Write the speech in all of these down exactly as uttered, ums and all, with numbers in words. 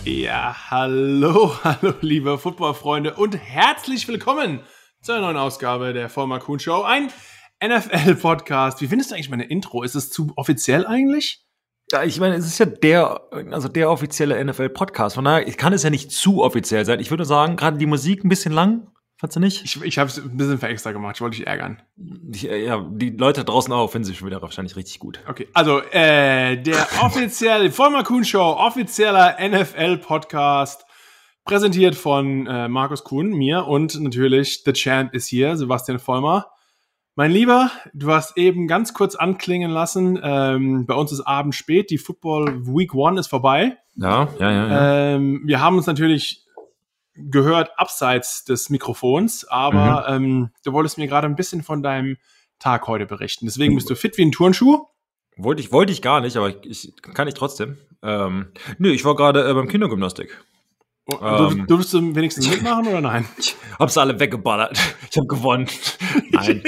Ja, hallo, hallo, liebe Footballfreunde und herzlich willkommen zu einer neuen Ausgabe der Vollmer Kuhn Show, ein N F L-Podcast. Wie findest du eigentlich meine Intro? Ist es zu offiziell eigentlich? Ja, ich meine, es ist ja der, also der offizielle N F L-Podcast. Von daher kann es ja nicht zu offiziell sein. Ich würde sagen, gerade die Musik ein bisschen lang. Fandst du nicht? Ich, ich habe es ein bisschen für extra gemacht. Ich wollte dich ärgern. Ich, ja, die Leute draußen auch finden sich schon wieder wahrscheinlich richtig gut. Okay, also äh, der offizielle Vollmer Kuhn Show, offizieller N F L-Podcast, präsentiert von äh, Markus Kuhn, mir und natürlich The Champ ist hier, Sebastian Vollmer. Mein Lieber, du hast eben ganz kurz anklingen lassen, ähm, bei uns ist Abend spät, die Football Week One ist vorbei. Ja, ja, ja. ja. Ähm, wir haben uns natürlich gehört abseits des Mikrofons, aber mhm. ähm, du wolltest mir gerade ein bisschen von deinem Tag heute berichten. Deswegen bist du fit wie ein Turnschuh. Wollte ich, wollte ich gar nicht, aber ich, ich kann ich trotzdem. Ähm, nö, ich war gerade äh, beim Kindergymnastik. Oh, ähm, durftest du wenigstens mitmachen oder nein? Ich hab's alle weggeballert. Ich habe gewonnen. Nein.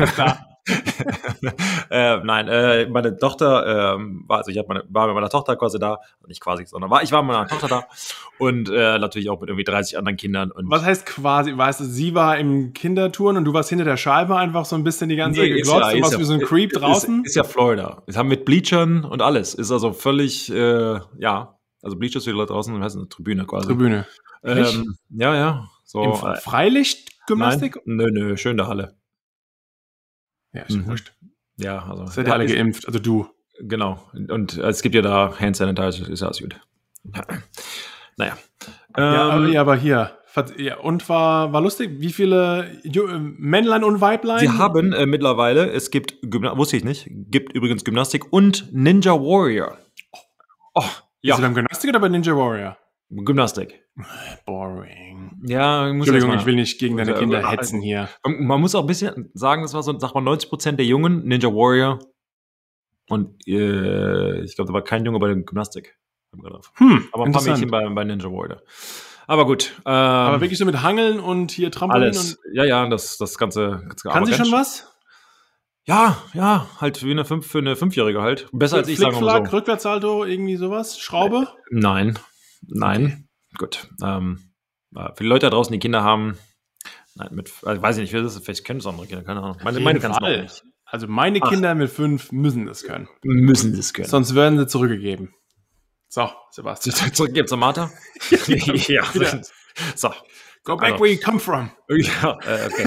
äh, nein, äh, meine Tochter, ähm, war, also ich hab meine, war mit meiner Tochter quasi da, nicht quasi, sondern war, ich war mit meiner Tochter da und äh, natürlich auch mit irgendwie dreißig anderen Kindern. Und was heißt quasi, weißt du, sie war im Kinderturnen und du warst hinter der Scheibe einfach so ein bisschen die ganze Zeit nee, geglotzt ja, und warst ja, wie so ein Creep ist, draußen? Ist, ist ja Florida. Wir haben mit Bleachern und alles. Ist also völlig, äh, ja, also Bleachers für die Leute draußen, das heißt eine Tribüne quasi. Tribüne. Ähm, ja, ja. So, Im Freilichtgymnastik? Nein, nö, nö, schön in der Halle. Ja, ist mhm. wurscht. Ja, also. Seid ihr alle geimpft, also du. Genau. Und es gibt ja da Hand Sanitizer, ist ja alles gut. Naja. Ja, ähm, ja, aber hier. Ja, und war, war lustig. Wie viele Männlein und Weiblein? Sie haben äh, mittlerweile, es gibt, Gymna- wusste ich nicht, gibt übrigens Gymnastik und Ninja Warrior. Oh, ja. Ist sie beim Gymnastik oder bei Ninja Warrior? Gymnastik. Boring. Ja, ich muss Entschuldigung, mal, ich will nicht gegen deine Kinder hetzen hier. Man muss auch ein bisschen sagen, das war so, sag mal, neunzig Prozent der Jungen Ninja Warrior. Und äh, ich glaube, da war kein Junge bei der Gymnastik. Hm, aber ein paar Mädchen bei, bei Ninja Warrior. Aber gut. Ähm, aber wirklich so mit Hangeln und hier Trampolin? Alles. Und ja, ja, das, das ganze. ganze Kann sie schon was? Ja, ja, halt wie eine fünf, für eine Fünfjährige halt. Besser als ich, sagen wir mal so. Rückwärtssalto, irgendwie sowas? Schraube? Nein, nein. Okay. Gut. Ähm, für die Leute da draußen, die Kinder haben, nein, mit, also weiß ich nicht, vielleicht können es andere Kinder, keine Ahnung. Meine, meine können es noch nicht. Also meine Ach. Kinder mit fünf müssen das können. Müssen das können. Sonst werden sie zurückgegeben. So, Sebastian. Zurückgeben zur Martha? Ja. So. Go back also. Where you come from. Ja, äh, okay.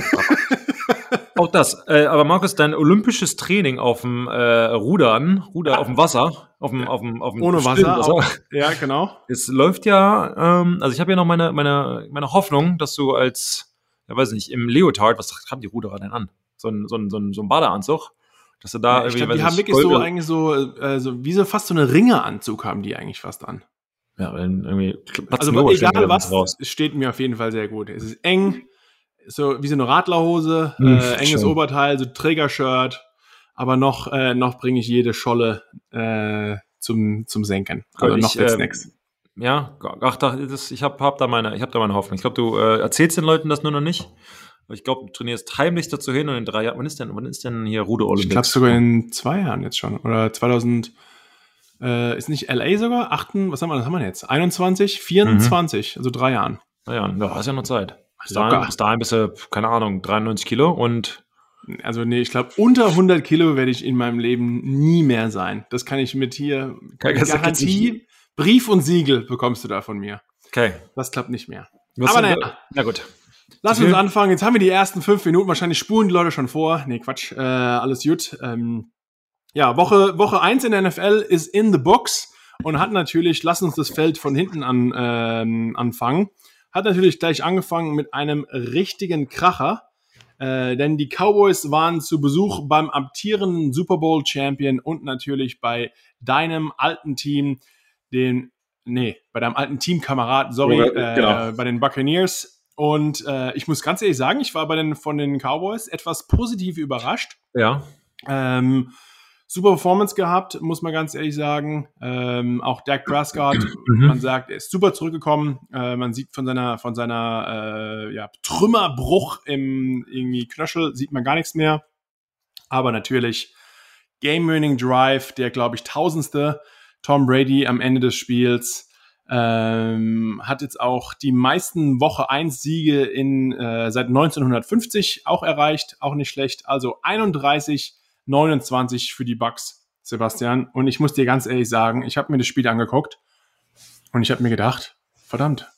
Auch das. Äh, aber Markus, dein olympisches Training auf dem äh, Rudern, Ruder auf dem Wasser, auf dem, auf dem, auf dem ohne Wasser, Wasser. Auch, ja, genau. Es läuft ja, ähm, also ich habe ja noch meine, meine, meine Hoffnung, dass du als, ja weiß nicht, im Leotard, was haben die Ruderer denn an? So ein, so ein, so ein, so ein Badeanzug, dass du da ja, ich irgendwie, glaub, die haben wirklich so eigentlich so, äh, so, wie so fast so eine Ringeanzug haben die eigentlich fast an. Ja, dann irgendwie. Also egal was, raus. Steht mir auf jeden Fall sehr gut. Es ist eng. So wie so eine Radlerhose, hm, äh, enges schön. Oberteil, so Trägershirt, aber noch, äh, noch bringe ich jede Scholle äh, zum, zum Senken. Also ich, noch wird's äh, nix. Ja, ach, das, ich habe hab da meine, ich habe da meine Hoffnung. Ich glaube, du äh, erzählst den Leuten das nur noch nicht. Aber ich glaube, du trainierst heimlich dazu hin und in drei Jahren. Wann ist denn, wann ist denn hier Ruder Olympics? Ich glaube sogar in zwei Jahren jetzt schon oder zweitausend. Äh, ist nicht L A sogar? achten, was haben wir, was haben wir jetzt? einundzwanzig, vierundzwanzig, mhm. Also drei Jahren. Ja, ja, hast ja noch Zeit. Bis dahin, bis dahin bist du, keine Ahnung, dreiundneunzig Kilo und. Also nee, ich glaube, unter hundert Kilo werde ich in meinem Leben nie mehr sein. Das kann ich mit hier, Garantie, Brief und Siegel bekommst du da von mir. Okay. Das klappt nicht mehr. Was Aber naja. Na gut. Lass uns anfangen. Jetzt haben wir die ersten fünf Minuten. Wahrscheinlich spulen die Leute schon vor. Nee, Quatsch. Äh, alles gut. Ähm, ja, Woche, Woche eins in der N F L ist in the books und hat natürlich, lass uns das Feld von hinten an, äh, anfangen. Hat natürlich gleich angefangen mit einem richtigen Kracher, äh, denn die Cowboys waren zu Besuch beim amtierenden Super Bowl Champion und natürlich bei deinem alten Team, den, nee, bei deinem alten Teamkamerad, sorry, ja, genau. äh, bei den Buccaneers. Und äh, ich muss ganz ehrlich sagen, ich war bei den von den Cowboys etwas positiv überrascht. Ja. Ähm, Super Performance gehabt, muss man ganz ehrlich sagen. Ähm, auch Dak Prescott, mhm. man sagt, er ist super zurückgekommen. Äh, man sieht von seiner, von seiner äh, ja, Trümmerbruch im irgendwie Knöchel, sieht man gar nichts mehr. Aber natürlich Game-Winning Drive, der, glaube ich, tausendste Tom Brady am Ende des Spiels. Ähm, hat jetzt auch die meisten Woche eins Siege in, äh, seit neunzehnhundertfünfzig auch erreicht, auch nicht schlecht. Also einunddreißig neunundzwanzig für die Bucks, Sebastian. Und ich muss dir ganz ehrlich sagen, ich habe mir das Spiel angeguckt und ich habe mir gedacht, verdammt.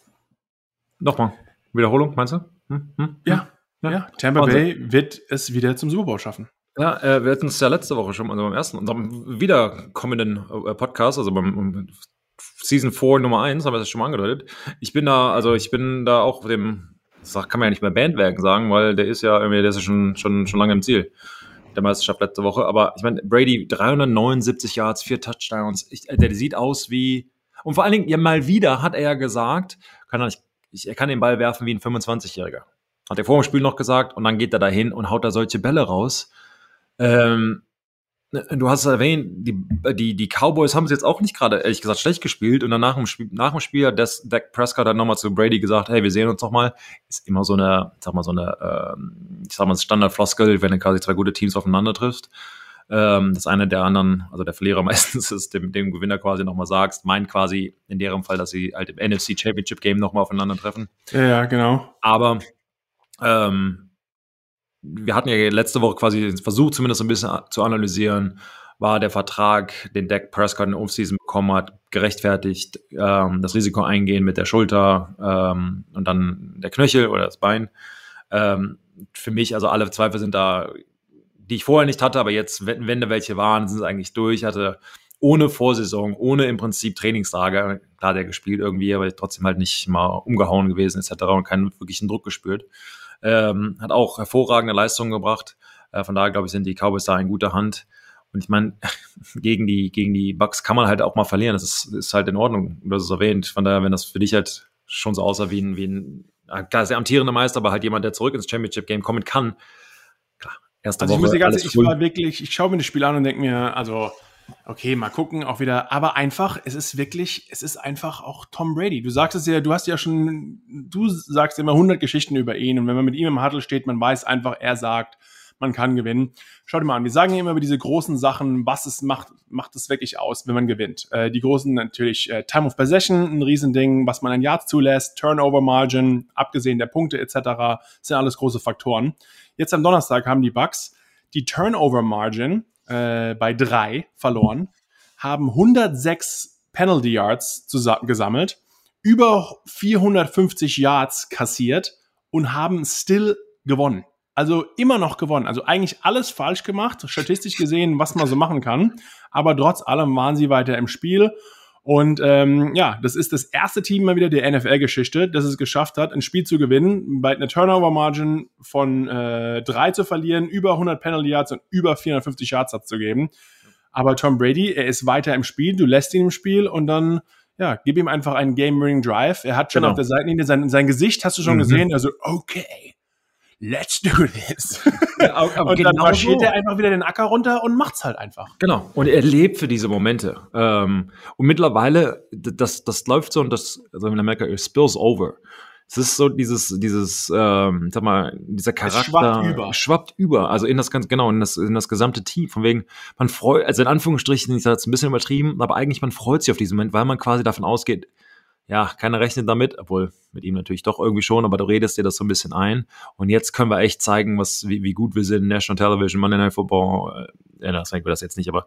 Nochmal, Wiederholung, meinst du? Hm? Hm? Ja, ja, ja. Tampa Bay wird es wieder zum Super Bowl schaffen. Ja, äh, wir hatten es ja letzte Woche schon, also beim ersten, unserem wiederkommenden äh, Podcast, also beim Season vier Nummer eins, haben wir das schon mal angedeutet. Ich bin da, also ich bin da auch dem, das kann man ja nicht mehr Bandwagen sagen, weil der ist ja irgendwie, der ist ja schon, schon, schon lange im Ziel, der Meisterschaft letzte Woche. Aber ich meine, Brady, dreihundertneunundsiebzig Yards, vier Touchdowns, ich, der sieht aus wie, und vor allen Dingen, ja, mal wieder hat er ja gesagt, kann er nicht, ich, er kann den Ball werfen wie ein fünfundzwanzigjähriger. Hat er vor dem Spiel noch gesagt, und dann geht er da hin und haut da solche Bälle raus. Ähm, du hast es erwähnt, die, die, die Cowboys haben es jetzt auch nicht gerade, ehrlich gesagt, schlecht gespielt. Und dann nach dem Spiel, nach dem Spiel hat das Dak Prescott dann nochmal zu Brady gesagt, hey, wir sehen uns noch mal. Ist immer so eine, sag mal, so eine, ähm, ich sag mal, Standard-Floskel, wenn du quasi zwei gute Teams aufeinander triffst. Ähm, das eine der anderen, also der Verlierer meistens ist, dem, dem Gewinner quasi nochmal sagst, meint quasi in deren Fall, dass sie halt im N F C Championship Game nochmal aufeinandertreffen. Ja, ja, genau. Aber, ähm, wir hatten ja letzte Woche quasi versucht, zumindest ein bisschen zu analysieren, war der Vertrag, den Dak Prescott in der Offseason bekommen hat, gerechtfertigt, ähm, das Risiko eingehen mit der Schulter ähm, und dann der Knöchel oder das Bein. Ähm, für mich, also alle Zweifel sind da, die ich vorher nicht hatte, aber jetzt, wenn, wenn da welche waren, sind sie eigentlich durch. Ich hatte ohne Vorsaison, ohne im Prinzip Trainingslager, klar, der gespielt irgendwie, aber trotzdem halt nicht mal umgehauen gewesen et cetera und keinen wirklichen Druck gespürt. Ähm, hat auch hervorragende Leistungen gebracht. Äh, von daher, glaube ich, sind die Cowboys da in guter Hand. Und ich meine, gegen die, gegen die Bucks kann man halt auch mal verlieren. Das ist, ist halt in Ordnung, du hast es erwähnt. Von daher, wenn das für dich halt schon so aussah wie ein, wie ein klar, der amtierende Meister, aber halt jemand, der zurück ins Championship-Game kommen kann. Klar, erste also Woche. Ich muss dir ganz, alles ich cool. war wirklich, ich schaue mir das Spiel an und denke mir, also okay, mal gucken, auch wieder, aber einfach, es ist wirklich, es ist einfach auch Tom Brady. Du sagst es ja, du hast ja schon, du sagst immer hundert Geschichten über ihn und wenn man mit ihm im Huddle steht, man weiß einfach, er sagt, man kann gewinnen. Schau dir mal an, wir sagen ja immer über diese großen Sachen, was es macht, macht es wirklich aus, wenn man gewinnt. Äh, die großen natürlich, äh, Time of Possession, ein Riesending, was man an Yards zulässt, Turnover Margin, abgesehen der Punkte et cetera, sind alles große Faktoren. Jetzt am Donnerstag haben die Bucks die Turnover Margin äh, bei drei verloren, haben hundertsechs Penalty Yards zusammen gesammelt, über vierhundertfünfzig Yards kassiert und haben still gewonnen. Also immer noch gewonnen. Also eigentlich alles falsch gemacht, statistisch gesehen, was man so machen kann. Aber trotz allem waren sie weiter im Spiel. Und ähm, ja, das ist das erste Team mal wieder der N F L-Geschichte, das es geschafft hat, ein Spiel zu gewinnen, bei einer Turnover-Margin von äh, drei zu verlieren, über hundert Penalty Yards und über vierhundertfünfzig Yards abzugeben. Aber Tom Brady, er ist weiter im Spiel, du lässt ihn im Spiel und dann, ja, gib ihm einfach einen Game-Winning Drive. Er hat schon Genau. auf der Seitenlinie, sein, sein Gesicht hast du schon Mhm. gesehen, also okay, let's do this. Ja, aber- aber und dann genau marschiert so. er einfach wieder den Acker runter und macht's halt einfach. Genau. Und er lebt für diese Momente. Ähm, und mittlerweile, d- das, das läuft so und das, also in Amerika, it spills over. Es ist so dieses, dieses, ähm, sag mal, dieser Charakter schwappt über. schwappt über. Also in das ganz, genau, in das, in das gesamte Team. Von wegen, man freut, also in Anführungsstrichen, ich sage jetzt ein bisschen übertrieben, aber eigentlich man freut sich auf diesen Moment, weil man quasi davon ausgeht, ja, keiner rechnet damit, obwohl mit ihm natürlich doch irgendwie schon, aber du redest dir das so ein bisschen ein. Und jetzt können wir echt zeigen, was, wie, wie gut wir sind. National Television, Monday Night Football, äh, ja, das sagen wir das jetzt nicht, aber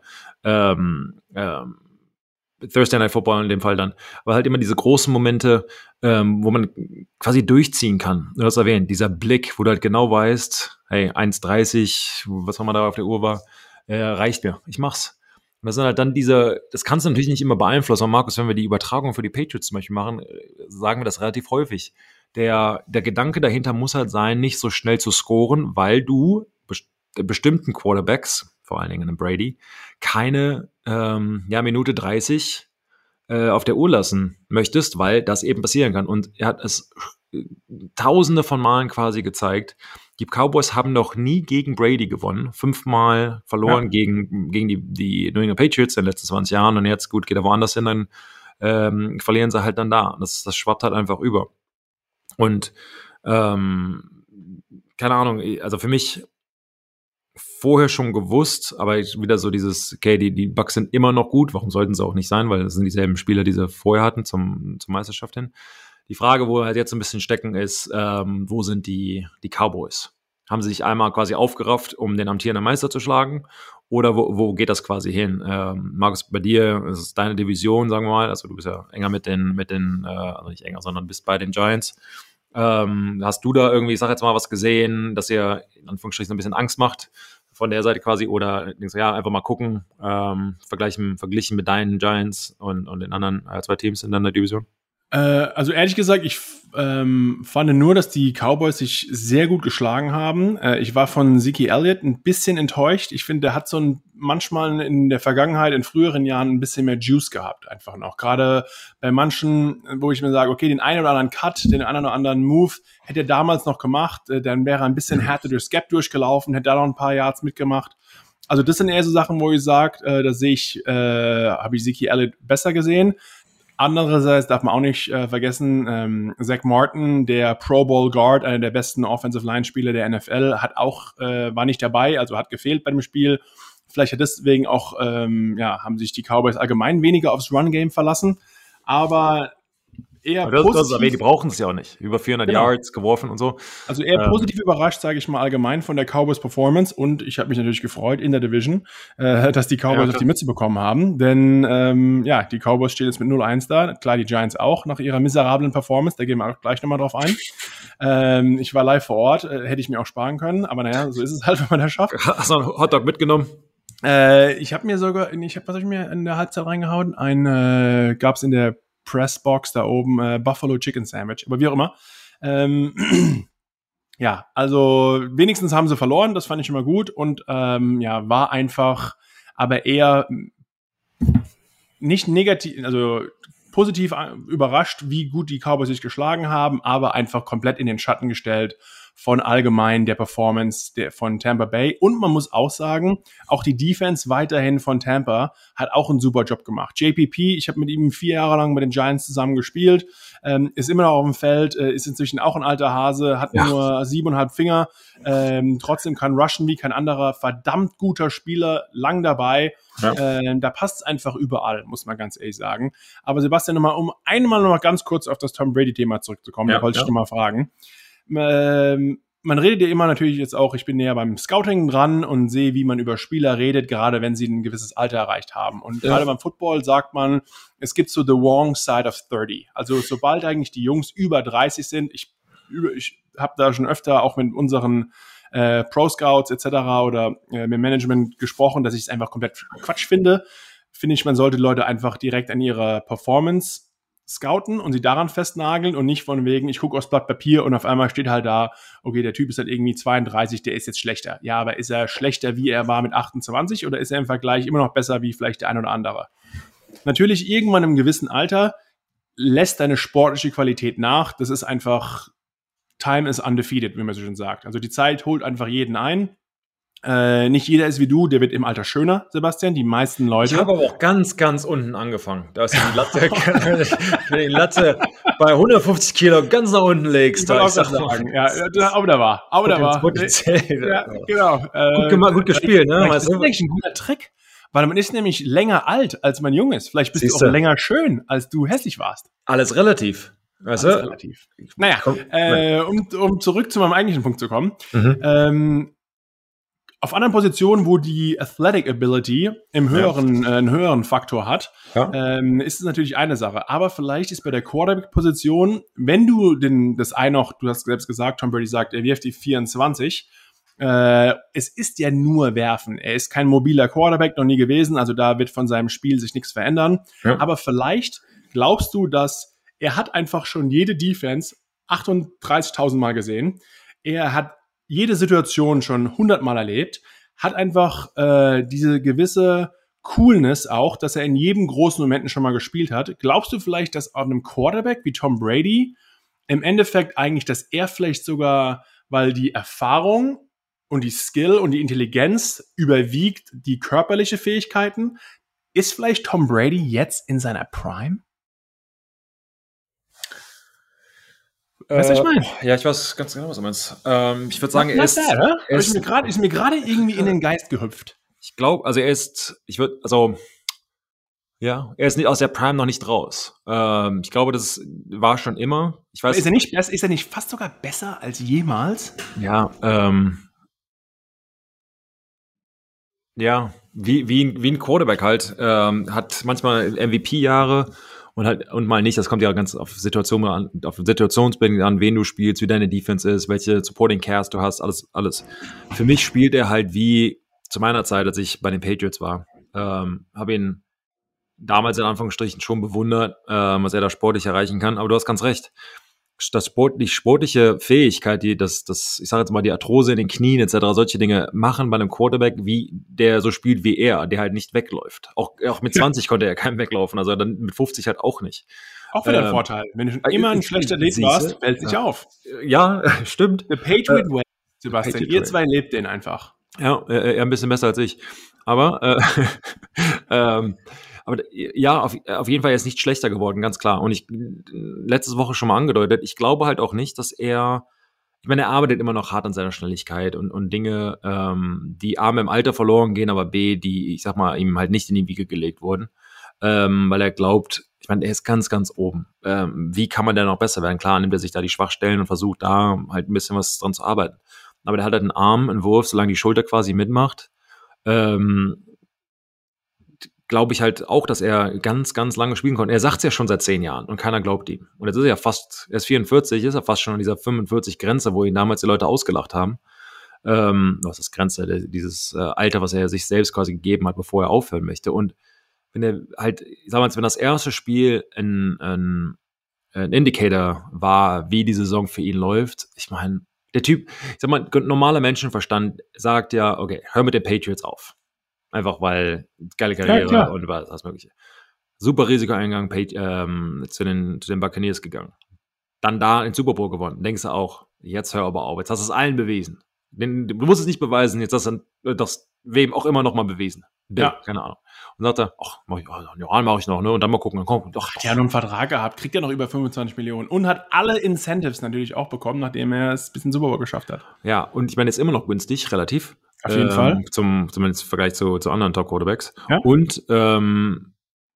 ähm, ähm, Thursday Night Football in dem Fall dann. Aber halt immer diese großen Momente, ähm, wo man quasi durchziehen kann. Du hast erwähnt, dieser Blick, wo du halt genau weißt, hey, eins dreißig, was haben wir da auf der Uhr war, äh, reicht mir, ich mach's. Und das sind halt dann diese, das kannst du natürlich nicht immer beeinflussen. Aber Markus, wenn wir die Übertragung für die Patriots zum Beispiel machen, sagen wir das relativ häufig. Der, der Gedanke dahinter muss halt sein, nicht so schnell zu scoren, weil du best- bestimmten Quarterbacks, vor allen Dingen einem Brady, keine ähm, ja, Minute dreißig äh, auf der Uhr lassen möchtest, weil das eben passieren kann. Und er hat es tausende von Malen quasi gezeigt. Die Cowboys haben noch nie gegen Brady gewonnen. Fünfmal verloren Ja. gegen, gegen die, die New England Patriots in den letzten zwanzig Jahren. Und jetzt, gut, geht er woanders hin, dann ähm, verlieren sie halt dann da. Das, das schwappt halt einfach über. Und ähm, keine Ahnung, also für mich vorher schon gewusst, aber ich, wieder so dieses, okay, die, die Bucks sind immer noch gut, warum sollten sie auch nicht sein, weil das sind dieselben Spieler, die sie vorher hatten zum, zur Meisterschaft hin. Die Frage, wo wir halt jetzt ein bisschen stecken, ist, ähm, wo sind die, die Cowboys? Haben sie sich einmal quasi aufgerafft, um den amtierenden Meister zu schlagen? Oder wo, wo geht das quasi hin? Ähm, Markus, bei dir, das ist deine Division, sagen wir mal, also du bist ja enger mit den, mit den, äh, also nicht enger, sondern bist bei den Giants. Ähm, hast du da irgendwie, ich sag jetzt mal, was gesehen, dass ihr in Anführungsstrichen ein bisschen Angst macht von der Seite quasi? Oder denkst du, ja, einfach mal gucken, ähm, vergleichen, verglichen mit deinen Giants und, und den anderen äh, zwei Teams in deiner Division? Also ehrlich gesagt, ich ähm, fand nur, dass die Cowboys sich sehr gut geschlagen haben. Äh, ich war von Zeke Elliott ein bisschen enttäuscht. Ich finde, der hat so ein, manchmal in der Vergangenheit, in früheren Jahren ein bisschen mehr Juice gehabt. Einfach noch. Gerade bei manchen, wo ich mir sage, okay, den einen oder anderen Cut, den einen oder anderen Move hätte er damals noch gemacht. Äh, dann wäre er ein bisschen härter durchs Gap durchgelaufen, hätte da noch ein paar Yards mitgemacht. Also das sind eher so Sachen, wo ich sage, äh, da sehe ich, äh, habe ich Zeke Elliott besser gesehen. Andererseits darf man auch nicht äh, vergessen, ähm, Zach Martin, der Pro Bowl Guard, einer der besten Offensive Line Spieler der N F L, hat auch äh, war nicht dabei, also hat gefehlt bei dem Spiel. Vielleicht hat deswegen auch ähm, ja haben sich die Cowboys allgemein weniger aufs Run Game verlassen, aber eher das, positiv. Das, aber die brauchen es ja auch nicht. Über vierhundert genau. Yards geworfen und so. Also eher ähm. positiv überrascht, sage ich mal allgemein von der Cowboys Performance, und ich habe mich natürlich gefreut in der Division, äh, dass die Cowboys ja, auf die Mütze bekommen haben, denn ähm, ja, die Cowboys stehen jetzt mit null eins da, klar, die Giants auch nach ihrer miserablen Performance, da gehen wir auch gleich nochmal drauf ein. ähm, ich war live vor Ort, äh, hätte ich mir auch sparen können, aber naja, so ist es halt, wenn man das schafft. Hast du einen Hotdog mitgenommen? Äh, ich habe mir sogar, ich habe, was habe ich mir in der Halbzeit reingehauen? Ein, äh, gab's in der Pressbox da oben, äh, Buffalo Chicken Sandwich, aber wie auch immer. Ähm, ja, also wenigstens haben sie verloren, das fand ich immer gut, und ähm, ja, war einfach, aber eher nicht negativ, also positiv überrascht, wie gut die Cowboys sich geschlagen haben, aber einfach komplett in den Schatten gestellt von allgemein der Performance der, von Tampa Bay. Und man muss auch sagen, auch die Defense weiterhin von Tampa hat auch einen super Job gemacht. J P P, ich habe mit ihm vier Jahre lang mit den Giants zusammen gespielt, ähm, ist immer noch auf dem Feld, äh, ist inzwischen auch ein alter Hase, hat ja. nur siebeneinhalb Finger, ähm, trotzdem kann rushen wie kein anderer, verdammt guter Spieler, lang dabei. Ja. Ähm, da passt es einfach überall, muss man ganz ehrlich sagen. Aber Sebastian, nochmal, um einmal noch mal ganz kurz auf das Tom Brady-Thema zurückzukommen, ja, da wollte ja. ich noch mal fragen. Ähm, man redet ja immer natürlich jetzt auch, ich bin näher beim Scouting dran und sehe, wie man über Spieler redet, gerade wenn sie ein gewisses Alter erreicht haben. Und ja. gerade beim Football sagt man, es gibt so the wrong side of thirty. Also sobald eigentlich die Jungs über dreißig sind, ich, ich habe da schon öfter auch mit unseren äh, Pro-Scouts et cetera oder äh, mit Management gesprochen, dass ich es einfach komplett Quatsch finde. Finde ich, man sollte Leute einfach direkt an ihrer Performance scouten und sie daran festnageln und nicht von wegen, ich gucke aufs Blatt Papier und auf einmal steht halt da, okay, der Typ ist halt irgendwie zweiunddreißig, der ist jetzt schlechter. Ja, aber ist er schlechter, wie er war mit achtundzwanzig, oder ist er im Vergleich immer noch besser wie vielleicht der ein oder andere? Natürlich, irgendwann im gewissen Alter lässt deine sportliche Qualität nach. Das ist einfach, time is undefeated, wie man so schön sagt. Also die Zeit holt einfach jeden ein. Äh, nicht jeder ist wie du, der wird im Alter schöner, Sebastian, die meisten Leute. Ich habe aber auch ganz, ganz unten angefangen. Da ist die Latte, die Latte bei hundertfünfzig Kilo ganz nach unten legst. Da ich sag sagen. Ja, aber da war. Aber da war. Ja, genau. Gut gemacht, gut gespielt, ne? Das ist eigentlich ein guter Trick, weil man ist nämlich länger alt, als man jung ist. Vielleicht bist Siehst du auch du? länger schön, als du hässlich warst. Alles relativ. Weißt Alles du? relativ. Naja, äh, um, um zurück zu meinem eigentlichen Punkt zu kommen. Mhm. Ähm, Auf anderen Positionen, wo die Athletic Ability im höheren, ja. äh, einen höheren Faktor hat, ja. ähm, ist es natürlich eine Sache. Aber vielleicht ist bei der Quarterback-Position, wenn du den, das ein noch, du hast selbst gesagt, Tom Brady sagt, er wirft die vierundzwanzig, äh, es ist ja nur Werfen. Er ist kein mobiler Quarterback, noch nie gewesen, also da wird von seinem Spiel sich nichts verändern. Ja. Aber vielleicht glaubst du, dass er hat einfach schon jede Defense achtunddreißigtausend Mal gesehen. Er hat jede Situation schon hundertmal erlebt, hat einfach äh, diese gewisse Coolness auch, dass er in jedem großen Momenten schon mal gespielt hat. Glaubst du vielleicht, dass auf einem Quarterback wie Tom Brady im Endeffekt eigentlich, dass er vielleicht sogar, weil die Erfahrung und die Skill und die Intelligenz überwiegt die körperliche Fähigkeiten, ist vielleicht Tom Brady jetzt in seiner Prime? Weißt du, was ich meine? Ja, ich weiß ganz genau, was du meinst. Ähm, ich würde sagen, er ist, bad, huh? er ist, ist, mir grad, ist mir gerade irgendwie in den Geist gehüpft. Ich glaube, also er ist, ich würde, also, ja, er ist nicht aus der Prime noch nicht raus. Ähm, ich glaube, das war schon immer. Ich weiß, ist er nicht, ist er nicht fast sogar besser als jemals? Ja, ähm, ja, wie, wie, wie ein Quarterback halt, ähm, hat manchmal M V P-Jahre und halt, und mal nicht. Das kommt ja ganz auf Situation an, auf situationsbedingt an, wen du spielst, wie deine Defense ist, welche Supporting Cast du hast, alles, alles. Für mich spielt er halt wie zu meiner Zeit, als ich bei den Patriots war. Ähm, habe ihn damals in Anführungsstrichen schon bewundert, ähm, was er da sportlich erreichen kann. Aber du hast ganz recht. Das Sport, die sportliche Fähigkeit, die das, das, ich sage jetzt mal, die Arthrose in den Knien et cetera, solche Dinge machen bei einem Quarterback, wie der so spielt wie er, der halt nicht wegläuft. Auch, auch mit zwanzig ja. konnte er keinem weglaufen, also dann mit fünfzig halt auch nicht. Auch wieder ähm, ein Vorteil. Wenn du schon immer ein schlechter Athlet warst, fällt sich ja. auf. Ja, stimmt. The Patriot äh, Way, Sebastian. Patriot Ihr zwei Way. Lebt den einfach. Ja, er ein bisschen besser als ich. Aber äh, ähm, aber ja, auf, auf jeden Fall er ist nicht schlechter geworden, ganz klar. Und ich letzte Woche schon mal angedeutet, ich glaube halt auch nicht, dass er, ich meine, er arbeitet immer noch hart an seiner Schnelligkeit und, und Dinge, ähm, die A im Alter verloren gehen, aber B, die, ich sag mal, ihm halt nicht in die Wiege gelegt wurden, ähm, weil er glaubt, ich meine, er ist ganz, ganz oben. Ähm, wie kann man denn noch besser werden? Klar, nimmt er sich da die Schwachstellen und versucht da halt ein bisschen was dran zu arbeiten. Aber der hat halt einen Arm, einen Wurf, solange die Schulter quasi mitmacht, ähm, glaube ich halt auch, dass er ganz, ganz lange spielen konnte. Er sagt es ja schon seit zehn Jahren und keiner glaubt ihm. Und jetzt ist er ja fast, er ist vierundvierzig, ist er fast schon an dieser fünfundvierzig-Grenze, wo ihn damals die Leute ausgelacht haben. Ähm, was ist Grenze? Dieses äh, Alter, was er sich selbst quasi gegeben hat, bevor er aufhören möchte. Und wenn er halt, ich sag mal, wenn das erste Spiel ein, ein, ein Indicator war, wie die Saison für ihn läuft, ich meine, der Typ, ich sag mal, normaler Menschenverstand sagt ja, okay, hör mit den Patriots auf. Einfach weil geile Karriere ja, und was Mögliche. Super Risikoeingang ähm, zu, den, zu den Buccaneers gegangen. Dann da den Super Bowl gewonnen. Denkst du auch, jetzt hör aber auf. Jetzt hast du es allen bewiesen. Den, du musst es nicht beweisen, jetzt hast du das wem auch immer noch mal bewiesen. Bill, ja. Keine Ahnung. Und sagt er, ach, mach ich, ja, mach ich noch, ne? Und dann mal gucken, dann kommt. Doch, hat ja noch einen Vertrag gehabt, kriegt ja noch über fünfundzwanzig Millionen und hat alle Incentives natürlich auch bekommen, nachdem er es bis in Super Bowl geschafft hat. Ja, und ich meine, ist immer noch günstig, relativ. Auf jeden ähm, Fall. Zum, zumindest im Vergleich zu, zu anderen Top-Quarterbacks. Ja. Und, ähm,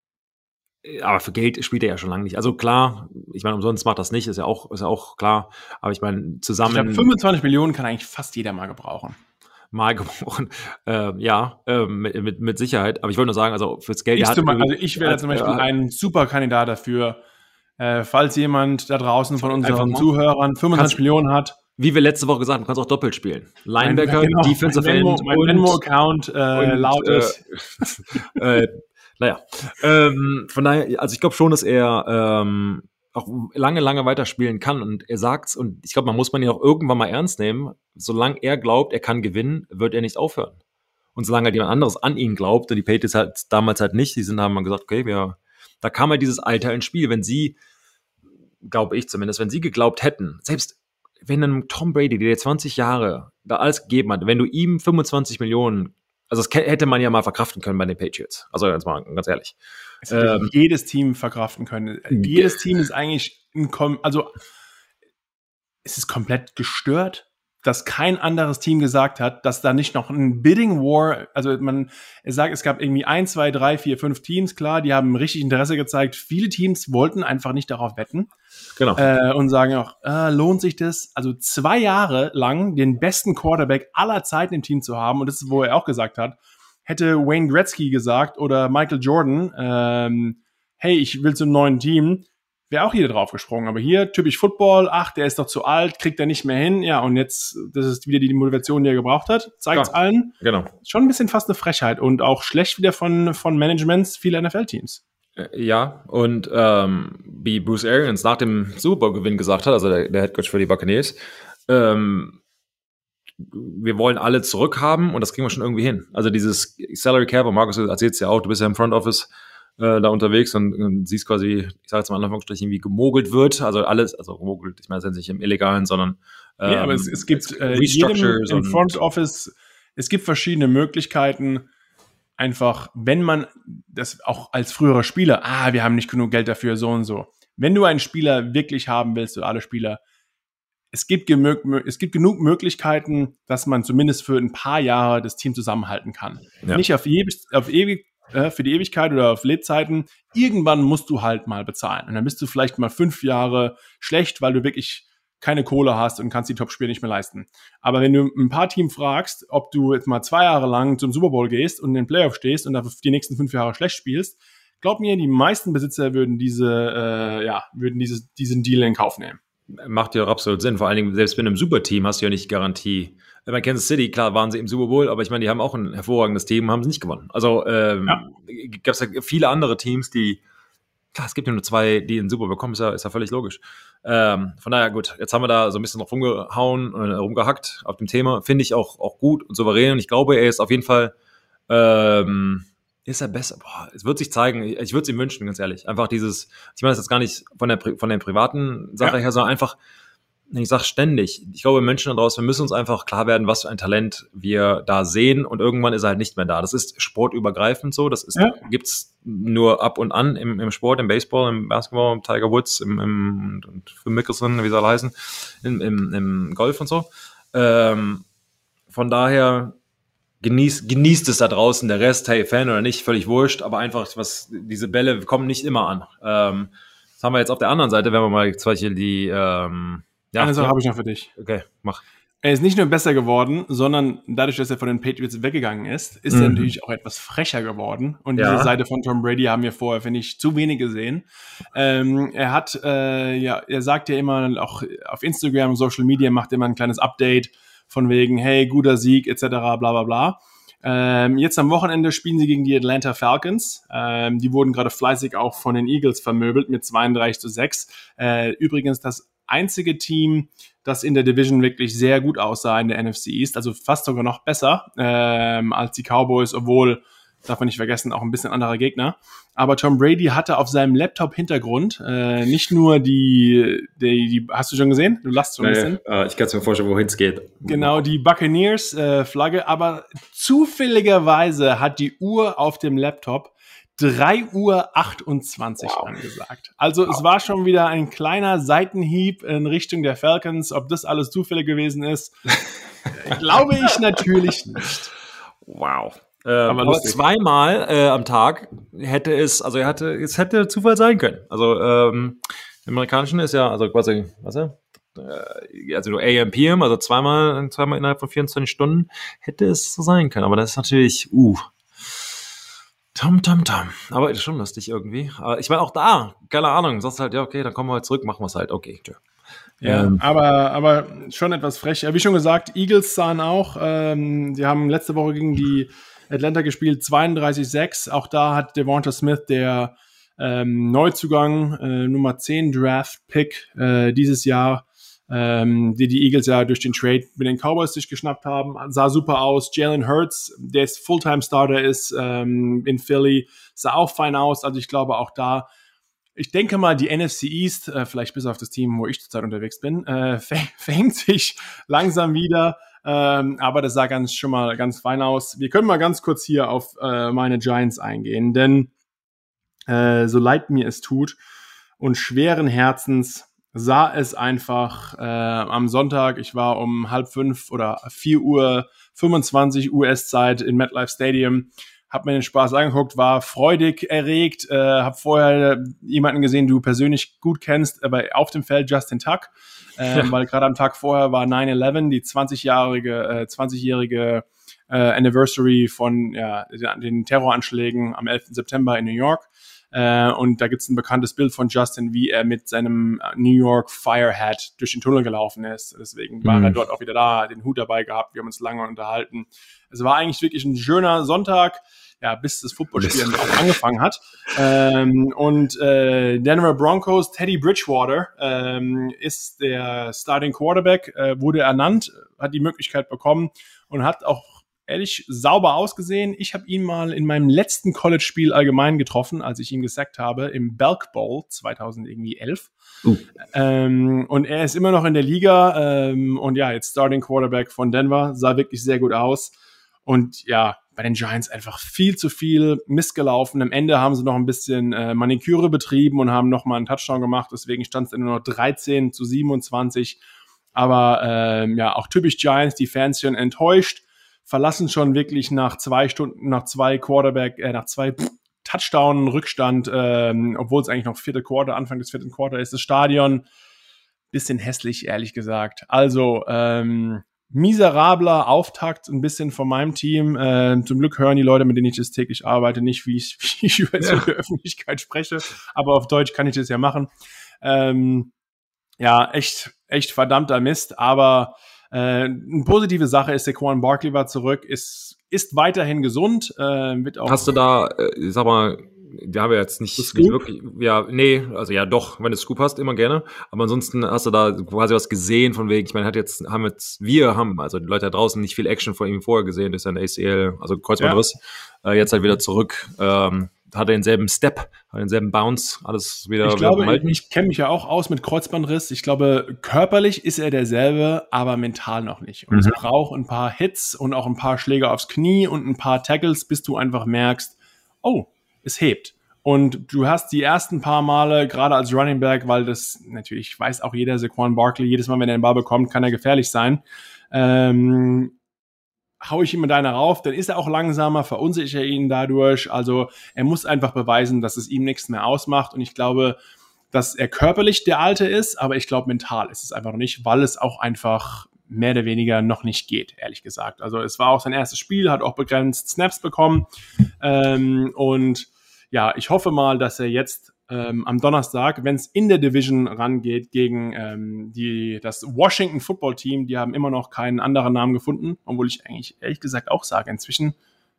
aber für Geld spielt er ja schon lange nicht. Also klar, ich meine, umsonst macht das nicht, ist ja auch, ist ja auch klar. Aber ich meine, zusammen. Ich glaube, fünfundzwanzig Millionen kann eigentlich fast jeder mal gebrauchen. Mal gebrochen. Äh, ja, äh, mit, mit, mit Sicherheit. Aber ich wollte nur sagen, also fürs Geld. Ich, hat, mal, also ich wäre zum Beispiel äh, ein super Kandidat dafür, äh, falls jemand da draußen von unseren Zuhörern fünfundzwanzig Millionen hat. Wie wir letzte Woche gesagt haben, du kannst auch doppelt spielen. Linebacker, genau, Defensive End. Mein Venmo-Account äh, lautet. Äh, äh, naja. Ähm, von daher, also ich glaube schon, dass er ähm, auch lange, lange weiterspielen kann. Und er sagt's, und ich glaube, man muss man ihn auch irgendwann mal ernst nehmen. Solange er glaubt, er kann gewinnen, wird er nicht aufhören. Und solange halt jemand anderes an ihn glaubt, und die Patriots halt damals halt nicht, die sind, haben mal gesagt, okay, wir, da kam halt dieses Alter ins Spiel. Wenn sie, glaube ich zumindest, wenn sie geglaubt hätten, selbst wenn einem Tom Brady, der zwanzig Jahre da alles gegeben hat, wenn du ihm fünfundzwanzig Millionen, also das hätte man ja mal verkraften können bei den Patriots. Also jetzt mal ganz ehrlich. Es hätte ähm, jedes Team verkraften können. Jedes Team ist eigentlich, ein Kom- also es ist komplett gestört, dass kein anderes Team gesagt hat, dass da nicht noch ein Bidding War, also man er sagt, es gab irgendwie ein, zwei, drei, vier, fünf Teams, klar, die haben richtig Interesse gezeigt. Viele Teams wollten einfach nicht darauf wetten. Genau. Äh, und sagen auch, äh, lohnt sich das? Also zwei Jahre lang den besten Quarterback aller Zeiten im Team zu haben, und das ist, wo er auch gesagt hat, hätte Wayne Gretzky gesagt oder Michael Jordan, ähm, hey, ich will zum neuen Team, wäre auch jeder drauf gesprungen. Aber hier, typisch Football, ach, der ist doch zu alt, kriegt er nicht mehr hin. Ja, und jetzt, das ist wieder die Motivation, die er gebraucht hat. Zeigt es allen. Genau. Schon ein bisschen fast eine Frechheit und auch schlecht wieder von, von Managements vieler N F L-Teams. Ja, und ähm, wie Bruce Arians nach dem Super Bowl-Gewinn gesagt hat, also der, der Headcoach für die Buccaneers, ähm, wir wollen alle zurückhaben und das kriegen wir schon irgendwie hin. Also dieses Salary Cap, und Markus erzählt es ja auch, du bist ja im Front Office äh, da unterwegs und, und siehst quasi, ich sage jetzt mal in Anführungsstrichen, wie gemogelt wird, also alles, also gemogelt, ich meine, das ist nicht im Illegalen, sondern ähm, ja, aber es, es gibt äh, jedem im Front Office, es gibt verschiedene Möglichkeiten, einfach, wenn man das auch als früherer Spieler, ah, wir haben nicht genug Geld dafür, so und so. Wenn du einen Spieler wirklich haben willst, oder alle Spieler, es gibt, gemö- es gibt genug Möglichkeiten, dass man zumindest für ein paar Jahre das Team zusammenhalten kann. Ja. Nicht auf, ewig, auf ewig, äh, für die Ewigkeit oder auf Lebzeiten. Irgendwann musst du halt mal bezahlen. Und dann bist du vielleicht mal fünf Jahre schlecht, weil du wirklich keine Kohle hast und kannst die Top-Spiele nicht mehr leisten. Aber wenn du ein paar Teams fragst, ob du jetzt mal zwei Jahre lang zum Super Bowl gehst und in den Playoff stehst und dafür die nächsten fünf Jahre schlecht spielst, glaub mir, die meisten Besitzer würden diese, äh, ja, würden dieses, diesen Deal in Kauf nehmen. Macht ja auch absolut Sinn. Vor allen Dingen, selbst mit einem Superteam hast du ja nicht Garantie. Bei Kansas City, klar, waren sie im Super Bowl, aber ich meine, die haben auch ein hervorragendes Team und haben es nicht gewonnen. Also ähm, ja. gab es ja viele andere Teams, die, klar, es gibt ja nur zwei, die in den Super Bowl bekommen, ist ja, ist ja völlig logisch. Ähm, von daher, gut, jetzt haben wir da so ein bisschen drauf rumgehauen, äh, rumgehackt auf dem Thema. Finde ich auch, auch gut und souverän. Und ich glaube, er ist auf jeden Fall, ähm, ist er besser? Boah, es wird sich zeigen. Ich würde es ihm wünschen, ganz ehrlich. Einfach dieses, ich meine das jetzt gar nicht von der, von der privaten Sache ja. her, sondern einfach, ich sage ständig, ich glaube, Menschen da draußen, wir müssen uns einfach klar werden, was für ein Talent wir da sehen und irgendwann ist er halt nicht mehr da. Das ist sportübergreifend so, das ist, ja. gibt's nur ab und an im, im Sport, im Baseball, im Basketball, im Tiger Woods, im, im und Phil Mickelson, wie soll er heißen, im, im, im Golf und so. Ähm, von daher genießt, genießt es da draußen, der Rest, hey, Fan oder nicht, völlig wurscht, aber einfach, was diese Bälle kommen nicht immer an. Ähm, das haben wir jetzt auf der anderen Seite, wenn wir mal zum Beispiel die ähm, ja, eine Sache habe ich noch für dich. Okay, mach. Er ist nicht nur besser geworden, sondern dadurch, dass er von den Patriots weggegangen ist, ist mhm. er natürlich auch etwas frecher geworden. Und ja. diese Seite von Tom Brady haben wir vorher, finde ich, zu wenig gesehen. Ähm, er hat, äh, ja, er sagt ja immer, auch auf Instagram, Social Media, macht immer ein kleines Update von wegen, hey, guter Sieg, et cetera, bla bla bla. Ähm, jetzt am Wochenende spielen sie gegen die Atlanta Falcons. Ähm, die wurden gerade fleißig auch von den Eagles vermöbelt mit zweiunddreißig zu sechs. Äh, übrigens das einzige Team, das in der Division wirklich sehr gut aussah in der N F C East, also fast sogar noch besser ähm, als die Cowboys, obwohl, darf man nicht vergessen, auch ein bisschen anderer Gegner. Aber Tom Brady hatte auf seinem Laptop-Hintergrund äh, nicht nur die, die, die, hast du schon gesehen? Du lachst so ein bisschen. Naja, ich kann es mir vorstellen, wohin es geht. Genau, die Buccaneers-Flagge, äh, aber zufälligerweise hat die Uhr auf dem Laptop drei Uhr achtundzwanzig wow. angesagt. Also wow. es war schon wieder ein kleiner Seitenhieb in Richtung der Falcons. Ob das alles Zufälle gewesen ist, glaube ich natürlich nicht. Wow. Äh, aber, aber zweimal äh, am Tag hätte es, also er hatte, es hätte Zufall sein können. Also ähm, im Amerikanischen ist ja, also quasi, was ja, äh, also A M P M, also zweimal, zweimal innerhalb von vierundzwanzig Stunden hätte es so sein können. Aber das ist natürlich, uh, Tom, Tom, Tom. Aber ist schon lustig irgendwie. Aber ich meine, auch da, keine Ahnung, sagst halt, ja, okay, dann kommen wir halt zurück, machen wir es halt, okay, tschö. Ja, ähm. aber, aber schon etwas frech. Wie schon gesagt, Eagles sahen auch, ähm, die haben letzte Woche gegen die Atlanta gespielt, zweiunddreißig sechs. Auch da hat Devonta Smith, der ähm, Neuzugang, äh, Nummer zehn Draft-Pick äh, dieses Jahr, ähm, die die Eagles ja durch den Trade mit den Cowboys sich geschnappt haben, sah super aus. Jalen Hurts, der jetzt Fulltime-Starter ist ähm, in Philly, sah auch fein aus. Also ich glaube auch da, ich denke mal, die N F C East, äh, vielleicht bis auf das Team, wo ich zurzeit unterwegs bin, äh, fängt sich langsam wieder. Ähm, aber das sah ganz schon mal ganz fein aus. Wir können mal ganz kurz hier auf äh, meine Giants eingehen, denn äh, so leid mir es tut und schweren Herzens sah es einfach äh, am Sonntag, ich war um halb fünf oder vier Uhr fünfundzwanzig U S-Zeit in MetLife Stadium, hab mir den Spaß angeguckt, war freudig erregt, äh, hab vorher jemanden gesehen, den du persönlich gut kennst, aber auf dem Feld Justin Tuck, äh, ja. weil gerade am Tag vorher war nine eleven, die zwanzigjährige äh, zwanzigjährige äh, Anniversary von ja, den Terroranschlägen am elften September in New York. Uh, und da gibt's ein bekanntes Bild von Justin, wie er mit seinem New York Fire Hat durch den Tunnel gelaufen ist. Deswegen war mm. er dort auch wieder da, den Hut dabei gehabt. Wir haben uns lange unterhalten. Es war eigentlich wirklich ein schöner Sonntag, ja, bis das Footballspielen auch angefangen hat. Ähm, und äh, Denver Broncos, Teddy Bridgewater ähm, ist der Starting Quarterback, äh, wurde ernannt, hat die Möglichkeit bekommen und hat auch ehrlich sauber ausgesehen. Ich habe ihn mal in meinem letzten College-Spiel allgemein getroffen, als ich ihn gesackt habe, im Belk Bowl zweitausendelf. Uh. Ähm, und er ist immer noch in der Liga ähm, und ja, jetzt Starting Quarterback von Denver, sah wirklich sehr gut aus. Und ja, bei den Giants einfach viel zu viel Mist gelaufen. Am Ende haben sie noch ein bisschen äh, Maniküre betrieben und haben noch mal einen Touchdown gemacht. Deswegen stand es nur noch dreizehn zu siebenundzwanzig. Aber ähm, ja, auch typisch Giants, die Fans sind enttäuscht, verlassen schon wirklich nach zwei Stunden, nach zwei Quarterback, äh, nach zwei pff, Touchdown-Rückstand, ähm, obwohl es eigentlich noch vierte Quarter, Anfang des vierten Quarter ist, das Stadion. Bisschen hässlich, ehrlich gesagt. Also, ähm, miserabler Auftakt ein bisschen von meinem Team. Äh, zum Glück hören die Leute, mit denen ich das täglich arbeite, nicht, wie ich, wie ich über ja. die Öffentlichkeit spreche. Aber auf Deutsch kann ich das ja machen. Ähm, ja, echt, echt verdammter Mist. Aber äh, eine positive Sache ist, Saquon Barkley war zurück, ist, ist weiterhin gesund. Äh, wird auch Hast du da, äh, sag mal, wir haben ja jetzt nicht, nicht wirklich, ja, nee, also ja doch, wenn du Scoop hast, immer gerne. Aber ansonsten hast du da quasi was gesehen von wegen, ich meine, hat jetzt, haben jetzt, wir haben, also die Leute da draußen nicht viel Action von ihm vorher gesehen, das ist ein A C L, also Kreuzbandriss, ja. äh, jetzt halt wieder zurück, ähm, hat er denselben Step, hat denselben Bounce, alles wieder. Ich glaube, wieder ich, ich kenne mich ja auch aus mit Kreuzbandriss. Ich glaube, körperlich ist er derselbe, aber mental noch nicht. Und mhm. es braucht ein paar Hits und auch ein paar Schläge aufs Knie und ein paar Tackles, bis du einfach merkst, oh, es hebt. Und du hast die ersten paar Male, gerade als Running Back, weil das natürlich weiß auch jeder, Saquon Barkley, jedes Mal, wenn er den Ball bekommt, kann er gefährlich sein. Ähm, hau ich ihm mit einer rauf, dann ist er auch langsamer, verunsichere ihn dadurch. Also er muss einfach beweisen, dass es ihm nichts mehr ausmacht. Und ich glaube, dass er körperlich der Alte ist, aber ich glaube, mental ist es einfach noch nicht, weil es auch einfach mehr oder weniger noch nicht geht, ehrlich gesagt. Also es war auch sein erstes Spiel, hat auch begrenzt Snaps bekommen. Ähm, und ja, ich hoffe mal, dass er jetzt ähm, am Donnerstag, wenn es in der Division rangeht gegen ähm, die, das Washington Football Team, die haben immer noch keinen anderen Namen gefunden, obwohl ich eigentlich ehrlich gesagt auch sage, inzwischen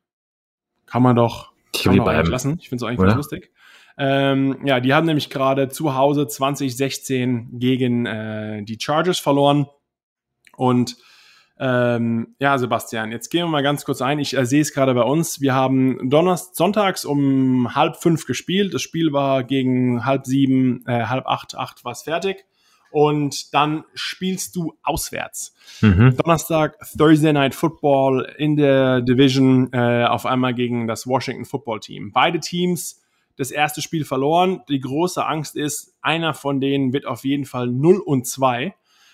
kann man doch, kann man doch eigentlich lassen. Ich finde es eigentlich ganz lustig. Ähm, ja, die haben nämlich gerade zu Hause zwanzig sechzehn gegen äh, die Chargers verloren. Und ähm, ja, Sebastian, jetzt gehen wir mal ganz kurz ein. Ich äh, sehe es gerade bei uns. Wir haben Donnerstag, sonntags um halb fünf gespielt. Das Spiel war gegen halb sieben, äh, halb acht, acht war es fertig. Und dann spielst du auswärts. Mhm. Donnerstag, Thursday Night Football in der Division, äh, auf einmal gegen das Washington Football Team. Beide Teams das erste Spiel verloren. Die große Angst ist, einer von denen wird auf jeden Fall null und zwei.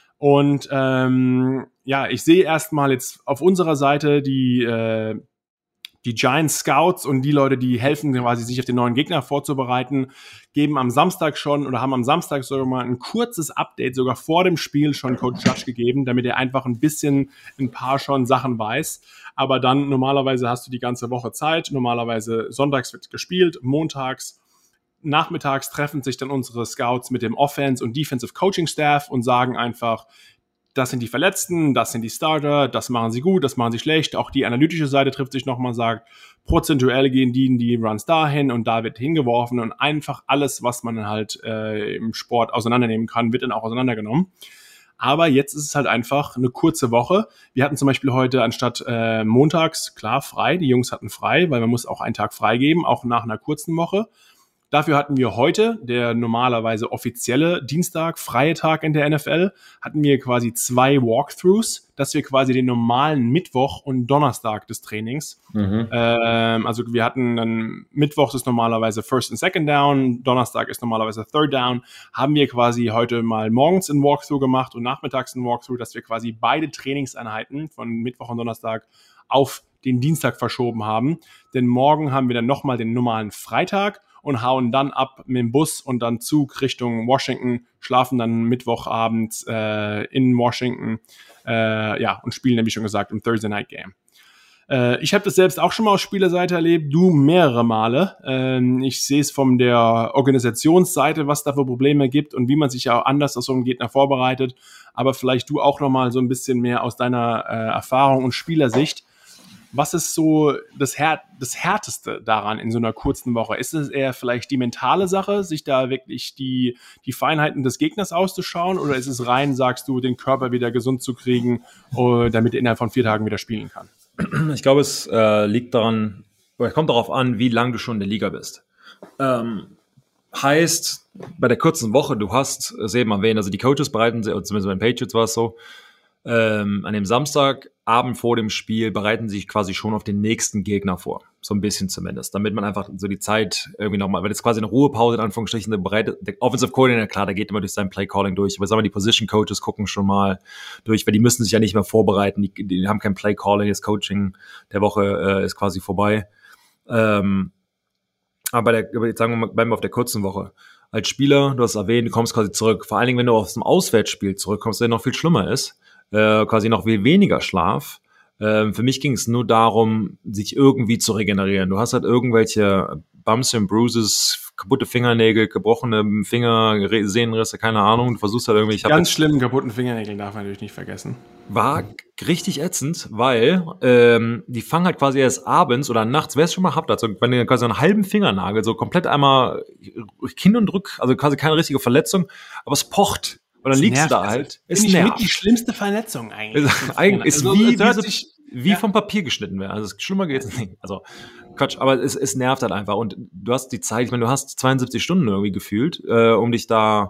Und ähm, ja, ich sehe erstmal jetzt auf unserer Seite die äh, die Giants Scouts und die Leute, die helfen quasi, sich auf den neuen Gegner vorzubereiten, geben am Samstag schon oder haben am Samstag sogar mal ein kurzes Update, sogar vor dem Spiel schon Coach Judge gegeben, damit er einfach ein bisschen ein paar schon Sachen weiß. Aber dann normalerweise hast du die ganze Woche Zeit. Normalerweise sonntags wird gespielt, montags nachmittags treffen sich dann unsere Scouts mit dem Offense- und Defensive Coaching Staff und sagen einfach, das sind die Verletzten, das sind die Starter, das machen sie gut, das machen sie schlecht. Auch die analytische Seite trifft sich nochmal, sagt, prozentuell gehen die, die Runs dahin und da wird hingeworfen und einfach alles, was man halt äh, im Sport auseinandernehmen kann, wird dann auch auseinandergenommen. Aber jetzt ist es halt einfach eine kurze Woche. Wir hatten zum Beispiel heute anstatt äh, montags, klar, frei, die Jungs hatten frei, weil man muss auch einen Tag freigeben, auch nach einer kurzen Woche. Dafür hatten wir heute, der normalerweise offizielle Dienstag, freie Tag in der N F L, hatten wir quasi zwei Walkthroughs, dass wir quasi den normalen Mittwoch und Donnerstag des Trainings, mhm. ähm, also wir hatten dann Mittwochs ist normalerweise First und Second Down, Donnerstag ist normalerweise Third Down, haben wir quasi heute mal morgens einen Walkthrough gemacht und nachmittags einen Walkthrough, dass wir quasi beide Trainingseinheiten von Mittwoch und Donnerstag auf den Dienstag verschoben haben. Denn morgen haben wir dann nochmal den normalen Freitag und hauen dann ab mit dem Bus und dann Zug Richtung Washington, schlafen dann Mittwochabend äh, in Washington äh, ja, und spielen, wie schon gesagt, im Thursday Night Game. Äh, ich habe das selbst auch schon mal aus Spielerseite erlebt, du mehrere Male. Äh, ich sehe es von der Organisationsseite, was da für Probleme gibt und wie man sich ja auch anders auf so einen Gegner vorbereitet. Aber vielleicht du auch noch mal so ein bisschen mehr aus deiner äh, Erfahrung und Spielersicht. Was ist so das, Här- das Härteste daran in so einer kurzen Woche? Ist es eher vielleicht die mentale Sache, sich da wirklich die, die Feinheiten des Gegners auszuschauen? Oder ist es rein, sagst du, den Körper wieder gesund zu kriegen, uh, damit er innerhalb von vier Tagen wieder spielen kann? Ich glaube, es äh, liegt daran, oder es kommt darauf an, wie lange du schon in der Liga bist. Ähm, heißt, bei der kurzen Woche, du hast es eben erwähnt, also die Coaches bereiten, zumindest bei den Patriots war es so, ähm, an dem Samstagabend vor dem Spiel bereiten sie sich quasi schon auf den nächsten Gegner vor. So ein bisschen zumindest. Damit man einfach so die Zeit irgendwie nochmal, weil das quasi eine Ruhepause in Anführungsstrichen, der bereitet, der Offensive Coordinator, klar, der geht immer durch sein Play-Calling durch. Aber sagen wir, die Position Coaches gucken schon mal durch, weil die müssen sich ja nicht mehr vorbereiten. Die, die haben kein Play-Calling, das Coaching der Woche äh, ist quasi vorbei. Ähm, aber bei der, sagen wir mal, bleiben wir auf der kurzen Woche. Als Spieler, du hast erwähnt, du kommst quasi zurück. Vor allen Dingen, wenn du aus dem Auswärtsspiel zurückkommst, der noch viel schlimmer ist. Äh, quasi noch viel weniger Schlaf. Ähm, für mich ging es nur darum, sich irgendwie zu regenerieren. Du hast halt irgendwelche Bumps and Bruises, kaputte Fingernägel, gebrochene Finger, Sehnenrisse, keine Ahnung. Du versuchst halt irgendwie... Ich Ganz schlimmen kaputten Fingernägel darf man natürlich nicht vergessen. War richtig ätzend, weil ähm, die fangen halt quasi erst abends oder nachts, wer es schon mal habt, also wenn ihr quasi einen halben Fingernagel so komplett einmal hin und rück, also quasi keine richtige Verletzung, aber es pocht. Und dann liegst du da halt. Es ist mit die schlimmste Verletzung eigentlich. Es, eigentlich ist also, wie, es diese, sich, wie ja. vom Papier geschnitten werden. Also schlimmer geht's nicht. Also Quatsch, aber es, es nervt halt einfach. Und du hast die Zeit, ich meine, du hast zweiundsiebzig Stunden irgendwie gefühlt, äh, um dich da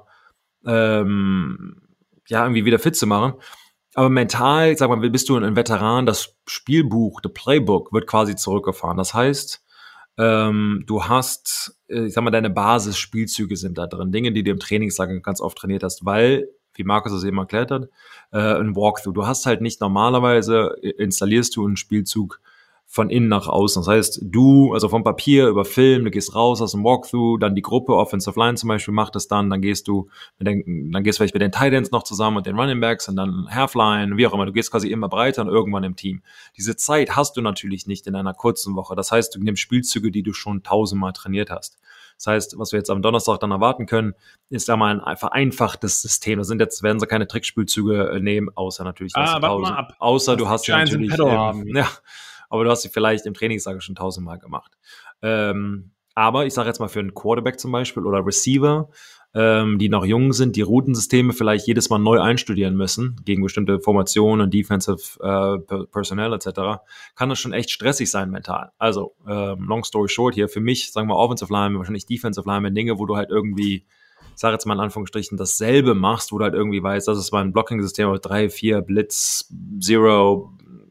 ähm, ja irgendwie wieder fit zu machen. Aber mental, ich sag mal, bist du ein Veteran, das Spielbuch, the Playbook wird quasi zurückgefahren. Das heißt, ähm, du hast, ich sag mal, deine Basisspielzüge sind da drin. Dinge, die du im Trainingslager ganz oft trainiert hast, weil, wie Markus es eben erklärt hat, äh, ein Walkthrough. Du hast halt nicht normalerweise, installierst du einen Spielzug von innen nach außen. Das heißt, du, also vom Papier über Film, du gehst raus aus dem Walkthrough, dann die Gruppe, Offensive Line zum Beispiel macht das dann, dann gehst du, mit den, dann gehst du vielleicht mit den Tight Ends noch zusammen und den Running Backs und dann Halfline, wie auch immer. Du gehst quasi immer breiter und irgendwann im Team. Diese Zeit hast du natürlich nicht in einer kurzen Woche. Das heißt, du nimmst Spielzüge, die du schon tausendmal trainiert hast. Das heißt, was wir jetzt am Donnerstag dann erwarten können, ist ja mal ein vereinfachtes System. Das sind jetzt, werden sie keine Trickspielzüge nehmen, außer natürlich, ah, warte mal ab. außer du hast ja natürlich, ähm, haben. ja, aber du hast sie vielleicht im Trainingslager schon tausendmal gemacht. Ähm, aber ich sage jetzt mal für einen Quarterback zum Beispiel oder Receiver, ähm, die noch jung sind, die Routensysteme vielleicht jedes Mal neu einstudieren müssen, gegen bestimmte Formationen, Defensive äh, Personnel et cetera, kann das schon echt stressig sein mental. Also, ähm, long story short hier, für mich, sagen wir Offensive Lineman, wahrscheinlich Defensive Lineman, Dinge, wo du halt irgendwie, ich sage jetzt mal in Anführungsstrichen, dasselbe machst, wo du halt irgendwie weißt, das ist mal ein Blocking-System, drei, vier, Blitz, Zero,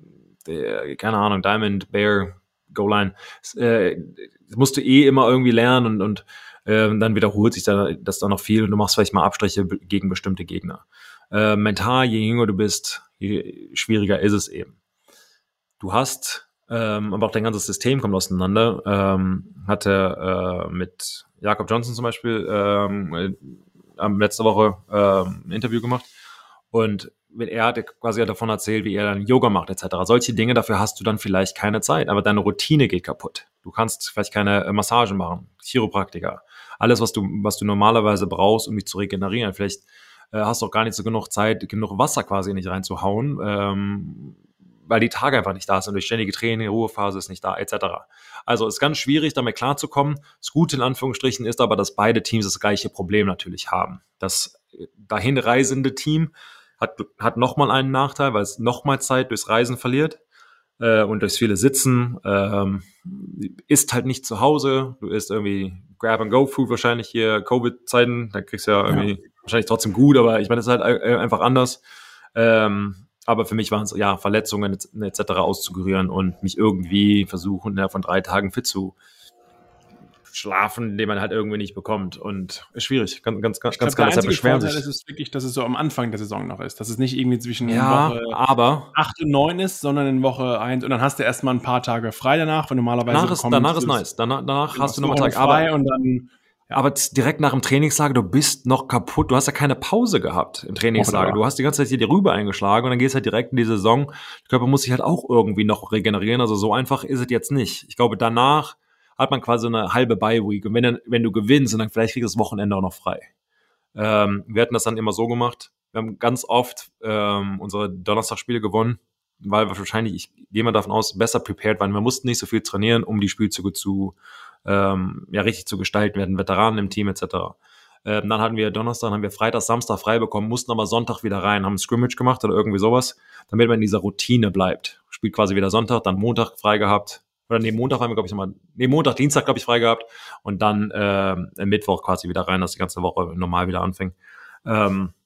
der, keine Ahnung, Diamond, Bear, Goal-Line, äh, das musst du eh immer irgendwie lernen und, und äh, dann wiederholt sich da, das dann noch viel und du machst vielleicht mal Abstriche gegen bestimmte Gegner. Äh, mental, je jünger du bist, je schwieriger ist es eben. Du hast, ähm, aber auch dein ganzes System kommt auseinander. Ähm, hatte äh, mit Jakob Johnson zum Beispiel ähm, äh, letzte Woche äh, ein Interview gemacht und er hat quasi davon erzählt, wie er dann Yoga macht et cetera. Solche Dinge, dafür hast du dann vielleicht keine Zeit, aber deine Routine geht kaputt. Du kannst vielleicht keine Massagen machen, Chiropraktiker, alles, was du was du normalerweise brauchst, um dich zu regenerieren. Vielleicht äh, hast du auch gar nicht so genug Zeit, genug Wasser quasi nicht reinzuhauen, ähm, weil die Tage einfach nicht da sind. Durch ständige Training, Ruhephase ist nicht da, et cetera. Also ist ganz schwierig, damit klarzukommen. Das Gute in Anführungsstrichen ist aber, dass beide Teams das gleiche Problem natürlich haben. Das dahin reisende Team hat, hat nochmal einen Nachteil, weil es nochmal Zeit durchs Reisen verliert äh, und durchs viele Sitzen. Ähm, isst halt nicht zu Hause. Du isst irgendwie Grab-and-Go-Food wahrscheinlich hier, Covid-Zeiten. Da kriegst du ja irgendwie ja. wahrscheinlich trotzdem gut, aber ich meine, das ist halt einfach anders. Ähm, aber für mich waren es ja Verletzungen et cetera auszukurieren und mich irgendwie versuchen, innerhalb von drei Tagen fit zu schlafen, den man halt irgendwie nicht bekommt. Und ist schwierig. Ganz, ganz, ganz, ganz klar. Der einzige Vorteil ist es wirklich, dass es so am Anfang der Saison noch ist. Dass es nicht irgendwie zwischen ja, Woche aber acht und neun ist, sondern in Woche eins. Und dann hast du erstmal ein paar Tage frei danach, wenn normalerweise danach ist, danach ist nice. Danach, danach hast du nochmal Tag frei aber, und dann ja. Aber direkt nach dem Trainingslager, du bist noch kaputt. Du hast ja keine Pause gehabt im Trainingslager. Du hast die ganze Zeit hier die Rübe eingeschlagen und dann gehst du halt direkt in die Saison. Der Körper muss sich halt auch irgendwie noch regenerieren. Also so einfach ist es jetzt nicht. Ich glaube, danach hat man quasi eine halbe Bye-Week. Und wenn, dann, wenn du gewinnst, und dann vielleicht kriegst du das Wochenende auch noch frei. Ähm, wir hatten das dann immer so gemacht. Wir haben ganz oft ähm, unsere Donnerstagsspiele gewonnen, weil wir wahrscheinlich, ich gehe mal davon aus, besser prepared waren. Wir mussten nicht so viel trainieren, um die Spielzüge zu ähm, ja richtig zu gestalten. Wir hatten Veteranen im Team et cetera. Ähm, dann hatten wir Donnerstag, dann haben wir Freitag, Samstag frei bekommen, mussten aber Sonntag wieder rein, haben ein Scrimmage gemacht oder irgendwie sowas, damit man in dieser Routine bleibt. Spielt quasi wieder Sonntag, dann Montag frei gehabt. Oder nee, Montag haben wir, glaube ich, nochmal, nee, Montag, Dienstag, glaube ich, frei gehabt. Und dann äh, Mittwoch quasi wieder rein, dass die ganze Woche normal wieder anfängt. Ähm,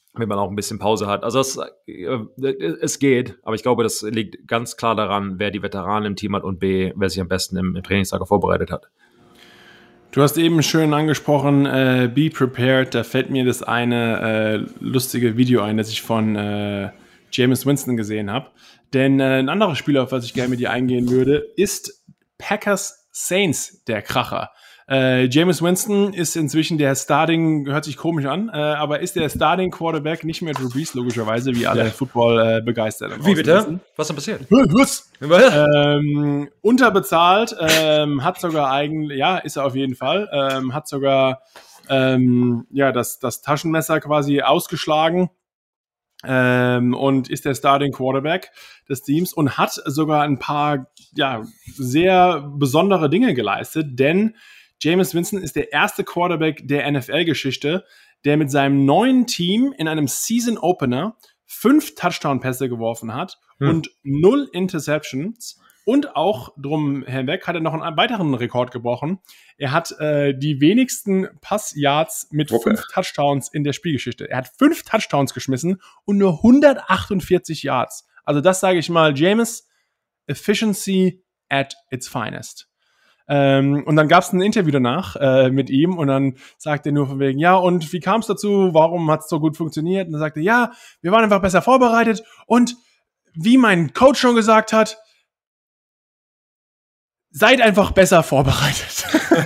wenn man auch ein bisschen Pause hat. Also es, äh, es geht, aber ich glaube, das liegt ganz klar daran, wer die Veteranen im Team hat und B, wer sich am besten im, im Trainingslager vorbereitet hat. Du hast eben schön angesprochen, äh, Be Prepared. Da fällt mir das eine äh, lustige Video ein, das ich von äh, Jameis Winston gesehen habe. Denn äh, ein anderes Spiel, auf was ich gerne mit dir eingehen würde, ist Packers Saints, der Kracher. Äh, Jameis Winston ist inzwischen der Starting, hört sich komisch an, äh, aber ist der Starting Quarterback, nicht mehr Drew Brees, logischerweise, wie alle ja. Football äh, begeistert. Wie bitte? Wissen. Was ist denn passiert? Was? ähm, unterbezahlt, ähm, hat sogar eigentlich, ja, ist er auf jeden Fall, ähm, hat sogar ähm, ja, das, das Taschenmesser quasi ausgeschlagen. Ähm, und ist der Starting Quarterback des Teams und hat sogar ein paar ja, sehr besondere Dinge geleistet, denn Jameis Winston ist der erste Quarterback der N F L-Geschichte, der mit seinem neuen Team in einem Season Opener fünf Touchdown-Pässe geworfen hat hm. und null Interceptions. Und auch drum hinweg hat er noch einen weiteren Rekord gebrochen. Er hat äh, die wenigsten Passyards mit okay. fünf Touchdowns in der Spielgeschichte. Er hat fünf Touchdowns geschmissen und nur hundertachtundvierzig Yards. Also das sage ich mal, Jameis, Efficiency at its finest. Ähm, und dann gab es ein Interview danach äh, mit ihm und dann sagt er nur von wegen, ja, und wie kam es dazu? Warum hat es so gut funktioniert? Und dann sagte er, ja, wir waren einfach besser vorbereitet und wie mein Coach schon gesagt hat, seid einfach besser vorbereitet.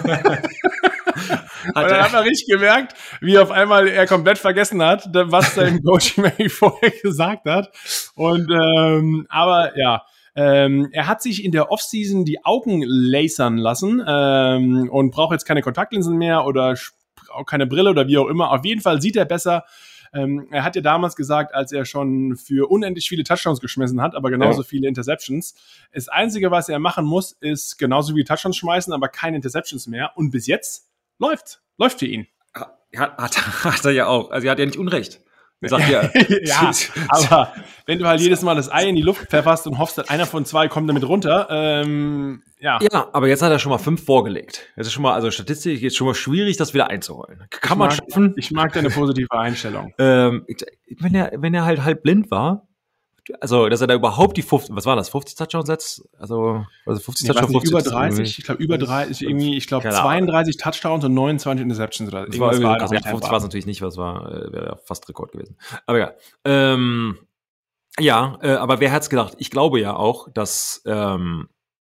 Und dann hat man richtig gemerkt, wie auf einmal er komplett vergessen hat, was sein Coach ihm vorher gesagt hat. Und ähm, aber ja, ähm, er hat sich in der Offseason die Augen lasern lassen ähm, und braucht jetzt keine Kontaktlinsen mehr oder auch keine Brille oder wie auch immer. Auf jeden Fall sieht er besser. Ähm, er hat ja damals gesagt, als er schon für unendlich viele Touchdowns geschmissen hat, aber genauso ja. viele Interceptions. Das Einzige, was er machen muss, ist genauso wie Touchdowns schmeißen, aber keine Interceptions mehr. Und bis jetzt läuft. Läuft für ihn. Hat, hat, hat er ja auch. Also er hat ja nicht Unrecht. Sagt ja. ja, aber wenn du halt jedes Mal das Ei in die Luft pfefferst und hoffst, dass einer von zwei kommt damit runter, ähm, ja. Ja, aber jetzt hat er schon mal fünf vorgelegt. Das ist schon mal, also statistisch jetzt schon mal schwierig, das wieder einzuholen. Kann ich man mag, schaffen. Ich mag deine positive Einstellung. ähm, wenn er, wenn er halt halb blind war, also, dass er da überhaupt die fünfzig, was war das, fünfzig Touchdowns setzt? Also, also fünfzig nee, Touchdowns, über dreißig, ich glaube über dreißig, irgendwie, ich glaube zweiunddreißig Touchdowns und neunundzwanzig Interceptions oder das war irgendwas. War fünfzig war es natürlich nicht, weil es war, äh, wäre fast Rekord gewesen. Aber egal. Ähm, ja, äh, aber wer hat's gedacht? Ich glaube ja auch, dass, ähm,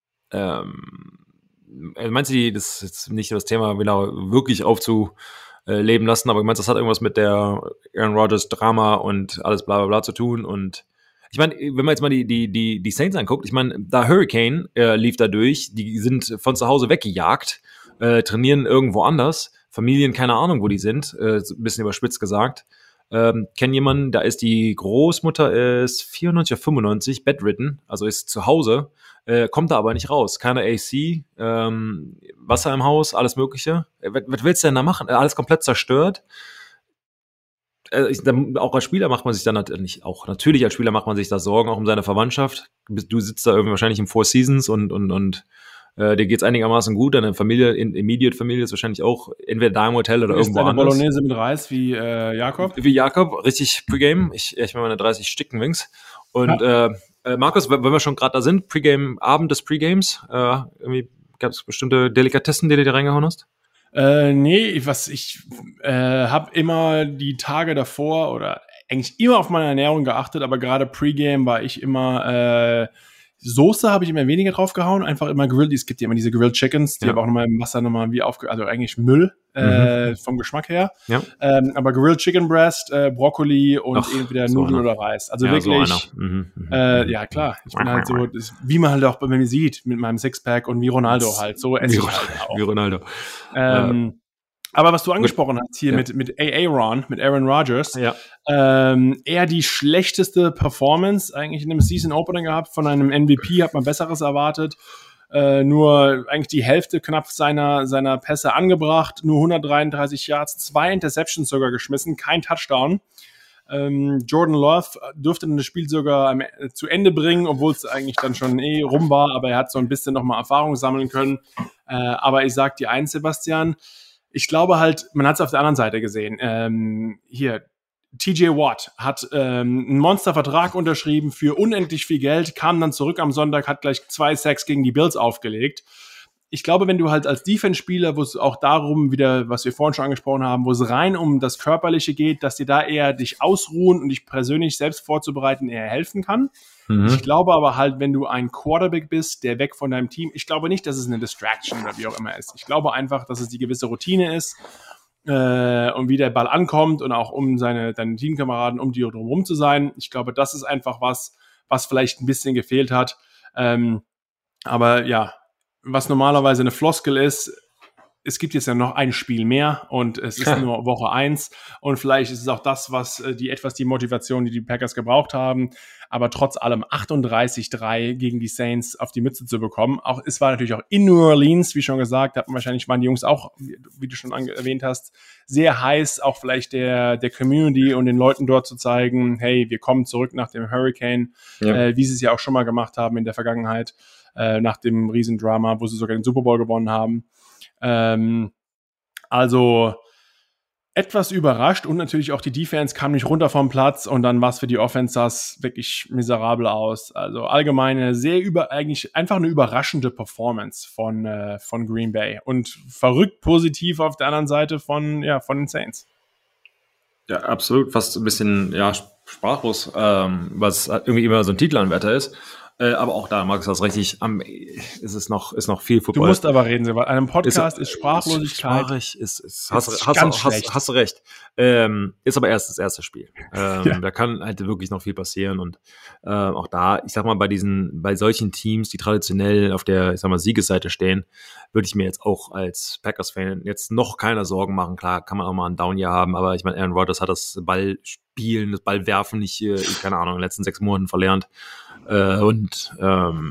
ähm, meinst du, die, das ist jetzt nicht das Thema genau wirklich aufzuleben lassen, aber ich meinst, das hat irgendwas mit der Aaron Rodgers Drama und alles bla bla bla zu tun und ich meine, wenn man jetzt mal die, die, die, die Saints anguckt, ich meine, da Hurricane äh, lief da durch, die sind von zu Hause weggejagt, äh, trainieren irgendwo anders, Familien, keine Ahnung, wo die sind, äh, ein bisschen überspitzt gesagt. Ähm, kennen jemanden, da ist die Großmutter ist vierundneunzig oder fünfundneunzig, bedridden, also ist zu Hause, äh, kommt da aber nicht raus. Keine A C, ähm, Wasser im Haus, alles Mögliche. Äh, was, was willst du denn da machen? Alles komplett zerstört. Ich, dann, auch als Spieler macht man sich dann nicht, auch natürlich als Spieler macht man sich da Sorgen, auch um seine Verwandtschaft. Du sitzt da irgendwie wahrscheinlich im Four Seasons und, und, und äh, dir geht's einigermaßen gut. Deine Familie, in, Immediate-Familie ist wahrscheinlich auch entweder da im Hotel oder ist irgendwo anders. Bolognese mit Reis wie äh, Jakob? Wie Jakob, richtig Pre-Game. Ich, ich mache meine dreißig Stickenwings. Und ja. äh, Markus, wenn wir schon gerade da sind, Pre-Game, Abend des Pre-Games, äh, irgendwie gab es bestimmte Delikatessen, die du dir reingehauen hast? Äh, nee, was ich äh, habe immer die Tage davor oder eigentlich immer auf meine Ernährung geachtet, aber gerade Pre-Game war ich immer äh, Soße habe ich immer weniger drauf gehauen, einfach immer grilled. Es gibt ja immer diese Grilled Chickens, die ja. aber auch nochmal im Wasser nochmal wie aufge... Also eigentlich Müll äh, mhm. vom Geschmack her. Ja. Ähm, aber Grilled Chicken Breast, äh, Brokkoli und Ach, entweder so Nudeln oder Reis. Also ja, wirklich... So mhm. äh, ja, klar. Ich bin halt so, das, wie man halt auch bei mir sieht, mit meinem Sixpack und wie Ronaldo halt. So esse ich halt auch. Wie Ronaldo. Ähm, äh. Aber was du angesprochen hast hier ja. mit, mit Aaron, mit Aaron Rodgers, ja. ähm, eher die schlechteste Performance eigentlich in einem Season Opener gehabt. Von einem M V P hat man Besseres erwartet. Äh, nur eigentlich die Hälfte knapp seiner, seiner Pässe angebracht. Nur hundertdreiunddreißig Yards, zwei Interceptions sogar geschmissen, kein Touchdown. Ähm, Jordan Love durfte das Spiel sogar am, äh, zu Ende bringen, obwohl es eigentlich dann schon eh rum war. Aber er hat so ein bisschen nochmal Erfahrung sammeln können. Äh, aber ich sag dir eins, Sebastian, ich glaube halt, man hat es auf der anderen Seite gesehen. Ähm, hier, T J Watt hat ähm, einen Monstervertrag unterschrieben für unendlich viel Geld, kam dann zurück am Sonntag, hat gleich zwei Sacks gegen die Bills aufgelegt. Ich glaube, wenn du halt als Defense-Spieler, wo es auch darum wieder, was wir vorhin schon angesprochen haben, wo es rein um das Körperliche geht, dass dir da eher dich ausruhen und dich persönlich selbst vorzubereiten eher helfen kann. Mhm. Ich glaube aber halt, wenn du ein Quarterback bist, der weg von deinem Team, ich glaube nicht, dass es eine Distraction oder wie auch immer ist. Ich glaube einfach, dass es die gewisse Routine ist äh, und wie der Ball ankommt und auch um seine deine Teamkameraden, um die drumherum zu sein. Ich glaube, das ist einfach was, was vielleicht ein bisschen gefehlt hat. Ähm, aber ja, was normalerweise eine Floskel ist, es gibt jetzt ja noch ein Spiel mehr und es ist ja nur Woche eins und vielleicht ist es auch das, was die etwas die Motivation, die die Packers gebraucht haben, aber trotz allem achtunddreißig drei gegen die Saints auf die Mütze zu bekommen. Auch es war natürlich auch in New Orleans, wie schon gesagt, da wahrscheinlich waren die Jungs auch, wie du schon erwähnt hast, sehr heiß, auch vielleicht der der Community und den Leuten dort zu zeigen, hey, wir kommen zurück nach dem Hurricane, ja. äh, wie sie es ja auch schon mal gemacht haben in der Vergangenheit. Nach dem Riesendrama, wo sie sogar den Super Bowl gewonnen haben. Ähm, also etwas überrascht und natürlich auch die Defense kam nicht runter vom Platz und dann war es für die Offense das wirklich miserabel aus. Also allgemeine sehr über, eigentlich einfach eine überraschende Performance von, äh, von Green Bay und verrückt positiv auf der anderen Seite von, ja, von den Saints. Ja, absolut. Fast ein bisschen, ja, sprachlos, ähm, was irgendwie immer so ein Titelanwärter ist. Äh, aber auch da, Markus, das richtig, am, ist es noch, ist noch viel Football. Du musst aber reden, Silber. Einem Podcast ist, ist Sprachlosigkeit. Sprachig ist, ist, hast, ist hast, hast, hast, hast du recht. Ähm, ist aber erst das erste Spiel. Ähm, ja. Da kann halt wirklich noch viel passieren und äh, auch da, ich sag mal, bei diesen, bei solchen Teams, die traditionell auf der, ich sag mal, Siegesseite stehen, würde ich mir jetzt auch als Packers-Fan jetzt noch keine Sorgen machen. Klar, kann man auch mal einen Down-Jahr haben, aber ich meine, Aaron Rodgers hat das Ballspielen, das Ballwerfen nicht, äh, keine Ahnung, in den letzten sechs Monaten verlernt. Äh, und ähm,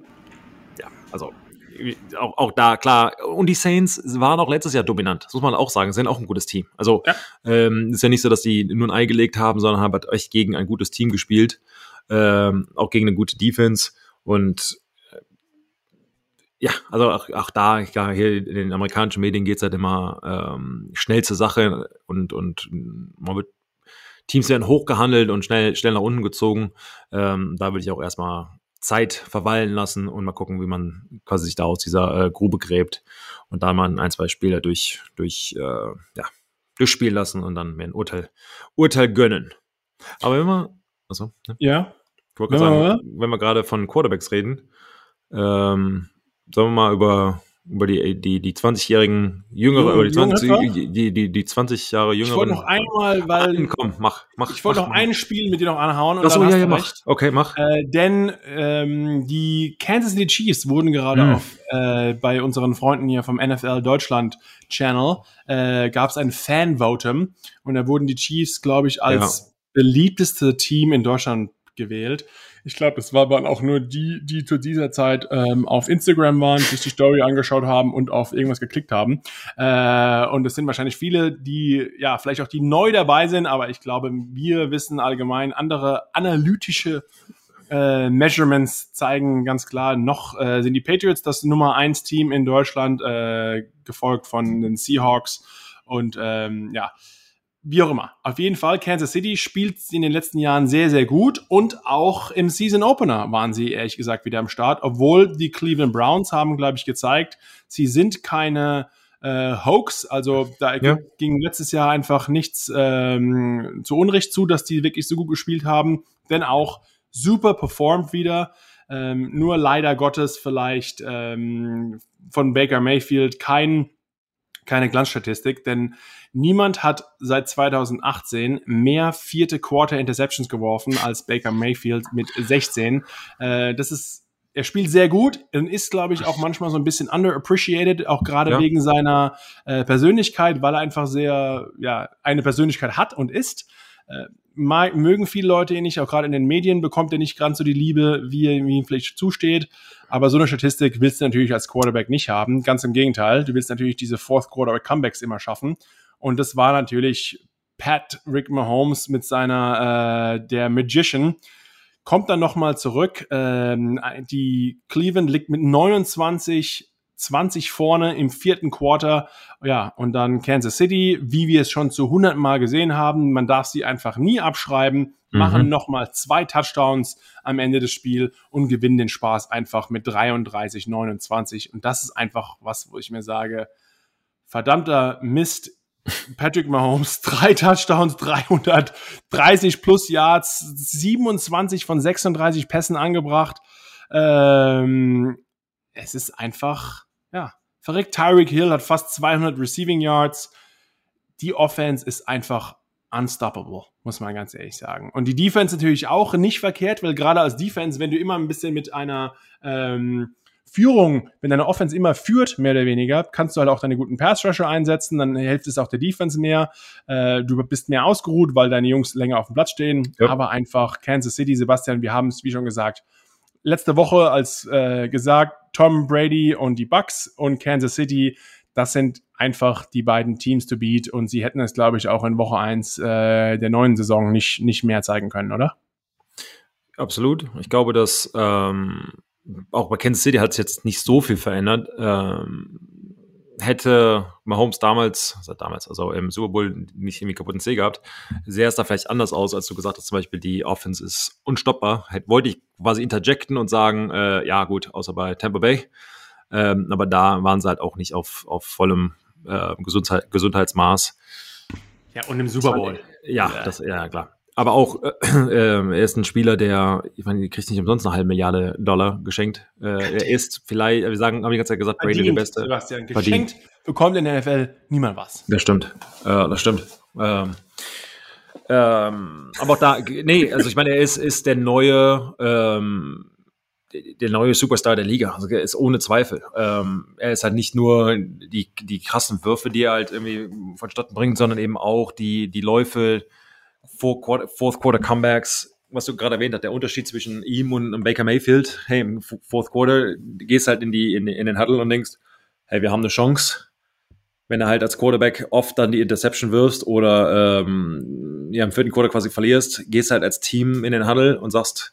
ja, also auch, auch da, klar, und die Saints waren auch letztes Jahr dominant, das muss man auch sagen, sind auch ein gutes Team. Also ja. ähm, ist ja nicht so, dass die nur ein Ei gelegt haben, sondern haben halt echt gegen ein gutes Team gespielt, ähm, auch gegen eine gute Defense und äh, ja, also auch, auch da, ja, hier in den amerikanischen Medien geht's halt immer ähm, schnell zur Sache und, und man wird Teams werden hochgehandelt und schnell, schnell nach unten gezogen. Ähm, da würde ich auch erstmal Zeit verweilen lassen und mal gucken, wie man quasi sich da aus dieser äh, Grube gräbt und da mal ein, zwei Spieler durch, durch, äh, ja, durchspielen lassen und dann mir ein Urteil, Urteil gönnen. Aber wenn wir, also, ne? Ja. Ich wollte gerade sagen, wenn wir gerade von Quarterbacks reden, ähm, sollen wir mal über über die die die zwanzigjährigen Jüngere, über die zwanzig die die die zwanzig Jahre Jüngeren. Ich wollte noch einmal, weil ah, komm, mach mach. Ich wollte mach, noch mach. ein Spiel mit dir noch anhauen und Achso, dann ja, hast ja, du mach. recht. Okay, mach. Äh, denn ähm, die Kansas City Chiefs wurden gerade hm. auf äh, bei unseren Freunden hier vom N F L Deutschland Channel äh, gab es ein Fan-Votum und da wurden die Chiefs, glaube ich, als ja. beliebteste Team in Deutschland gewählt. Ich glaube, das waren auch nur die, die zu dieser Zeit ähm, auf Instagram waren, sich die Story angeschaut haben und auf irgendwas geklickt haben. Äh, und es sind wahrscheinlich viele, die, ja, vielleicht auch die neu dabei sind, aber ich glaube, wir wissen allgemein, andere analytische äh, Measurements zeigen ganz klar, noch äh, sind die Patriots das Nummer eins Team in Deutschland, äh, gefolgt von den Seahawks und ähm, ja, wie auch immer. Auf jeden Fall, Kansas City spielt in den letzten Jahren sehr, sehr gut und auch im Season Opener waren sie ehrlich gesagt wieder am Start, obwohl die Cleveland Browns haben, glaube ich, gezeigt, sie sind keine äh, Hoax, also da ja. ging letztes Jahr einfach nichts ähm, zu Unrecht zu, dass die wirklich so gut gespielt haben, denn auch super performt wieder, ähm, nur leider Gottes vielleicht ähm, von Baker Mayfield kein keine Glanzstatistik, denn niemand hat seit zweitausendachtzehn mehr vierte Quarter Interceptions geworfen als Baker Mayfield mit sechzehn. Äh, das ist, er spielt sehr gut und ist, glaube ich, auch manchmal so ein bisschen underappreciated, auch gerade ja. wegen seiner äh, Persönlichkeit, weil er einfach sehr, ja, eine Persönlichkeit hat und ist. Äh, mag, mögen viele Leute ihn nicht, auch gerade in den Medien bekommt er nicht ganz so die Liebe, wie er ihm vielleicht zusteht. Aber so eine Statistik willst du natürlich als Quarterback nicht haben. Ganz im Gegenteil. Du willst natürlich diese Fourth Quarter Comebacks immer schaffen. Und das war natürlich Patrick Mahomes mit seiner, äh, der Magician. Kommt dann nochmal zurück. Ähm, die Cleveland liegt mit neunundzwanzig zwanzig vorne im vierten Quarter. Ja, und dann Kansas City, wie wir es schon zu hundert Mal gesehen haben. Man darf sie einfach nie abschreiben. Machen mhm. nochmal zwei Touchdowns am Ende des Spiels und gewinnen den Spaß einfach mit dreiunddreißig neunundzwanzig. Und das ist einfach was, wo ich mir sage, verdammter Mist. Patrick Mahomes, drei Touchdowns, dreihundertdreißig plus Yards, siebenundzwanzig von sechsunddreißig Pässen angebracht. Ähm, es ist einfach, ja, verrückt. Tyreek Hill hat fast zweihundert Receiving Yards. Die Offense ist einfach unstoppable, muss man ganz ehrlich sagen. Und die Defense natürlich auch nicht verkehrt, weil gerade als Defense, wenn du immer ein bisschen mit einer ähm, Führung, wenn deine Offense immer führt, mehr oder weniger, kannst du halt auch deine guten Pass-Rusher einsetzen, dann hilft es auch der Defense mehr. Äh, du bist mehr ausgeruht, weil deine Jungs länger auf dem Platz stehen. Ja. Aber einfach Kansas City, Sebastian, wir haben es, wie schon gesagt, letzte Woche als äh, gesagt, Tom Brady und die Bucks und Kansas City, das sind einfach die beiden Teams to beat und sie hätten es, glaube ich, auch in Woche eins äh, der neuen Saison nicht, nicht mehr zeigen können, oder? Absolut. Ich glaube, dass ähm auch bei Kansas City hat es jetzt nicht so viel verändert. Ähm, hätte Mahomes damals, also damals, also im Super Bowl nicht irgendwie kaputten Zeh gehabt, sähe es da vielleicht anders aus, als du gesagt hast, zum Beispiel die Offense ist unstoppbar. Hätte, wollte ich quasi interjecten und sagen, äh, ja gut, außer bei Tampa Bay. Ähm, aber da waren sie halt auch nicht auf, auf vollem äh, Gesundheit, Gesundheitsmaß. Ja, und im Super Bowl. Ja, ja. Das, ja klar. Aber auch, äh, äh, er ist ein Spieler, der, ich meine, der kriegt nicht umsonst eine halbe Milliarde Dollar geschenkt. Äh, er ist vielleicht, wir sagen, haben die ganze Zeit gesagt, Brady der Beste. Sebastian, geschenkt verdient. Bekommt in der N F L niemand was. Das stimmt, äh, das stimmt. Ähm, ähm, aber auch da, nee, also ich meine, er ist, ist der neue, ähm, der neue Superstar der Liga, also er ist ohne Zweifel. Ähm, er ist halt nicht nur die, die krassen Würfe, die er halt irgendwie vonstatten bringt, sondern eben auch die, die Läufe, Fourth Quarter, Fourth Quarter Comebacks, was du gerade erwähnt hast, der Unterschied zwischen ihm und Baker Mayfield. Hey, im Fourth Quarter gehst halt in die in, in den Huddle und denkst, hey, wir haben eine Chance. Wenn er halt als Quarterback oft dann die Interception wirfst oder ähm, ja, im vierten Quarter quasi verlierst, gehst halt als Team in den Huddle und sagst,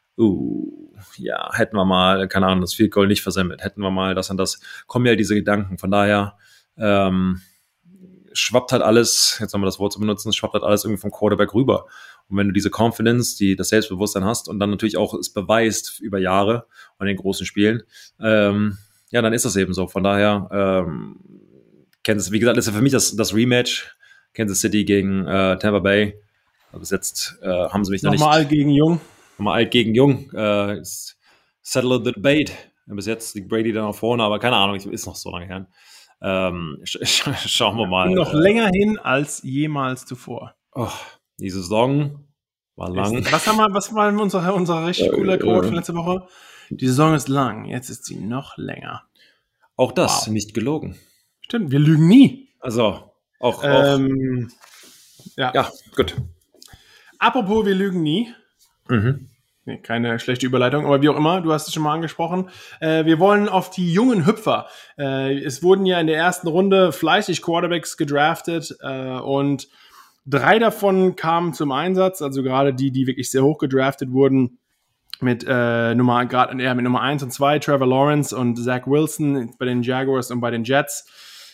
uh, ja, hätten wir mal, keine Ahnung, das Field Goal nicht versemmelt, hätten wir mal das und das, kommen ja diese Gedanken. Von daher, ähm, schwappt halt alles, jetzt nochmal das Wort zu benutzen, schwappt halt alles irgendwie vom Quarterback rüber. Und wenn du diese Confidence, die, das Selbstbewusstsein hast und dann natürlich auch es beweist über Jahre und in den großen Spielen, ähm, ja, dann ist das eben so. Von daher, ähm, Kansas, wie gesagt, ist ja für mich das, das Rematch, Kansas City gegen äh, Tampa Bay. Aber bis jetzt äh, haben sie mich noch nicht... Nochmal alt gegen jung. Nochmal alt gegen jung. Äh, settle the debate. Bis jetzt liegt Brady dann auch vorne, aber keine Ahnung, ist noch so lange her. Ähm, sch- sch- schauen wir mal. Noch äh, länger hin als jemals zuvor. Oh, die Saison war lang. Ist, was haben wir, was war unser, unser richtig cooler Quote von letzter Woche? Die Saison ist lang, jetzt ist sie noch länger. Auch das wow. Nicht gelogen. Stimmt, wir lügen nie. Also, auch, ähm, auch ja. ja, gut. Apropos, wir lügen nie. Mhm. Nee, keine schlechte Überleitung, aber wie auch immer, du hast es schon mal angesprochen. Äh, wir wollen auf die jungen Hüpfer. Äh, es wurden ja in der ersten Runde fleißig Quarterbacks gedraftet äh, und drei davon kamen zum Einsatz, also gerade die, die wirklich sehr hoch gedraftet wurden, mit äh, Nummer gerade äh, mit Nummer eins und zwei, Trevor Lawrence und Zach Wilson bei den Jaguars und bei den Jets.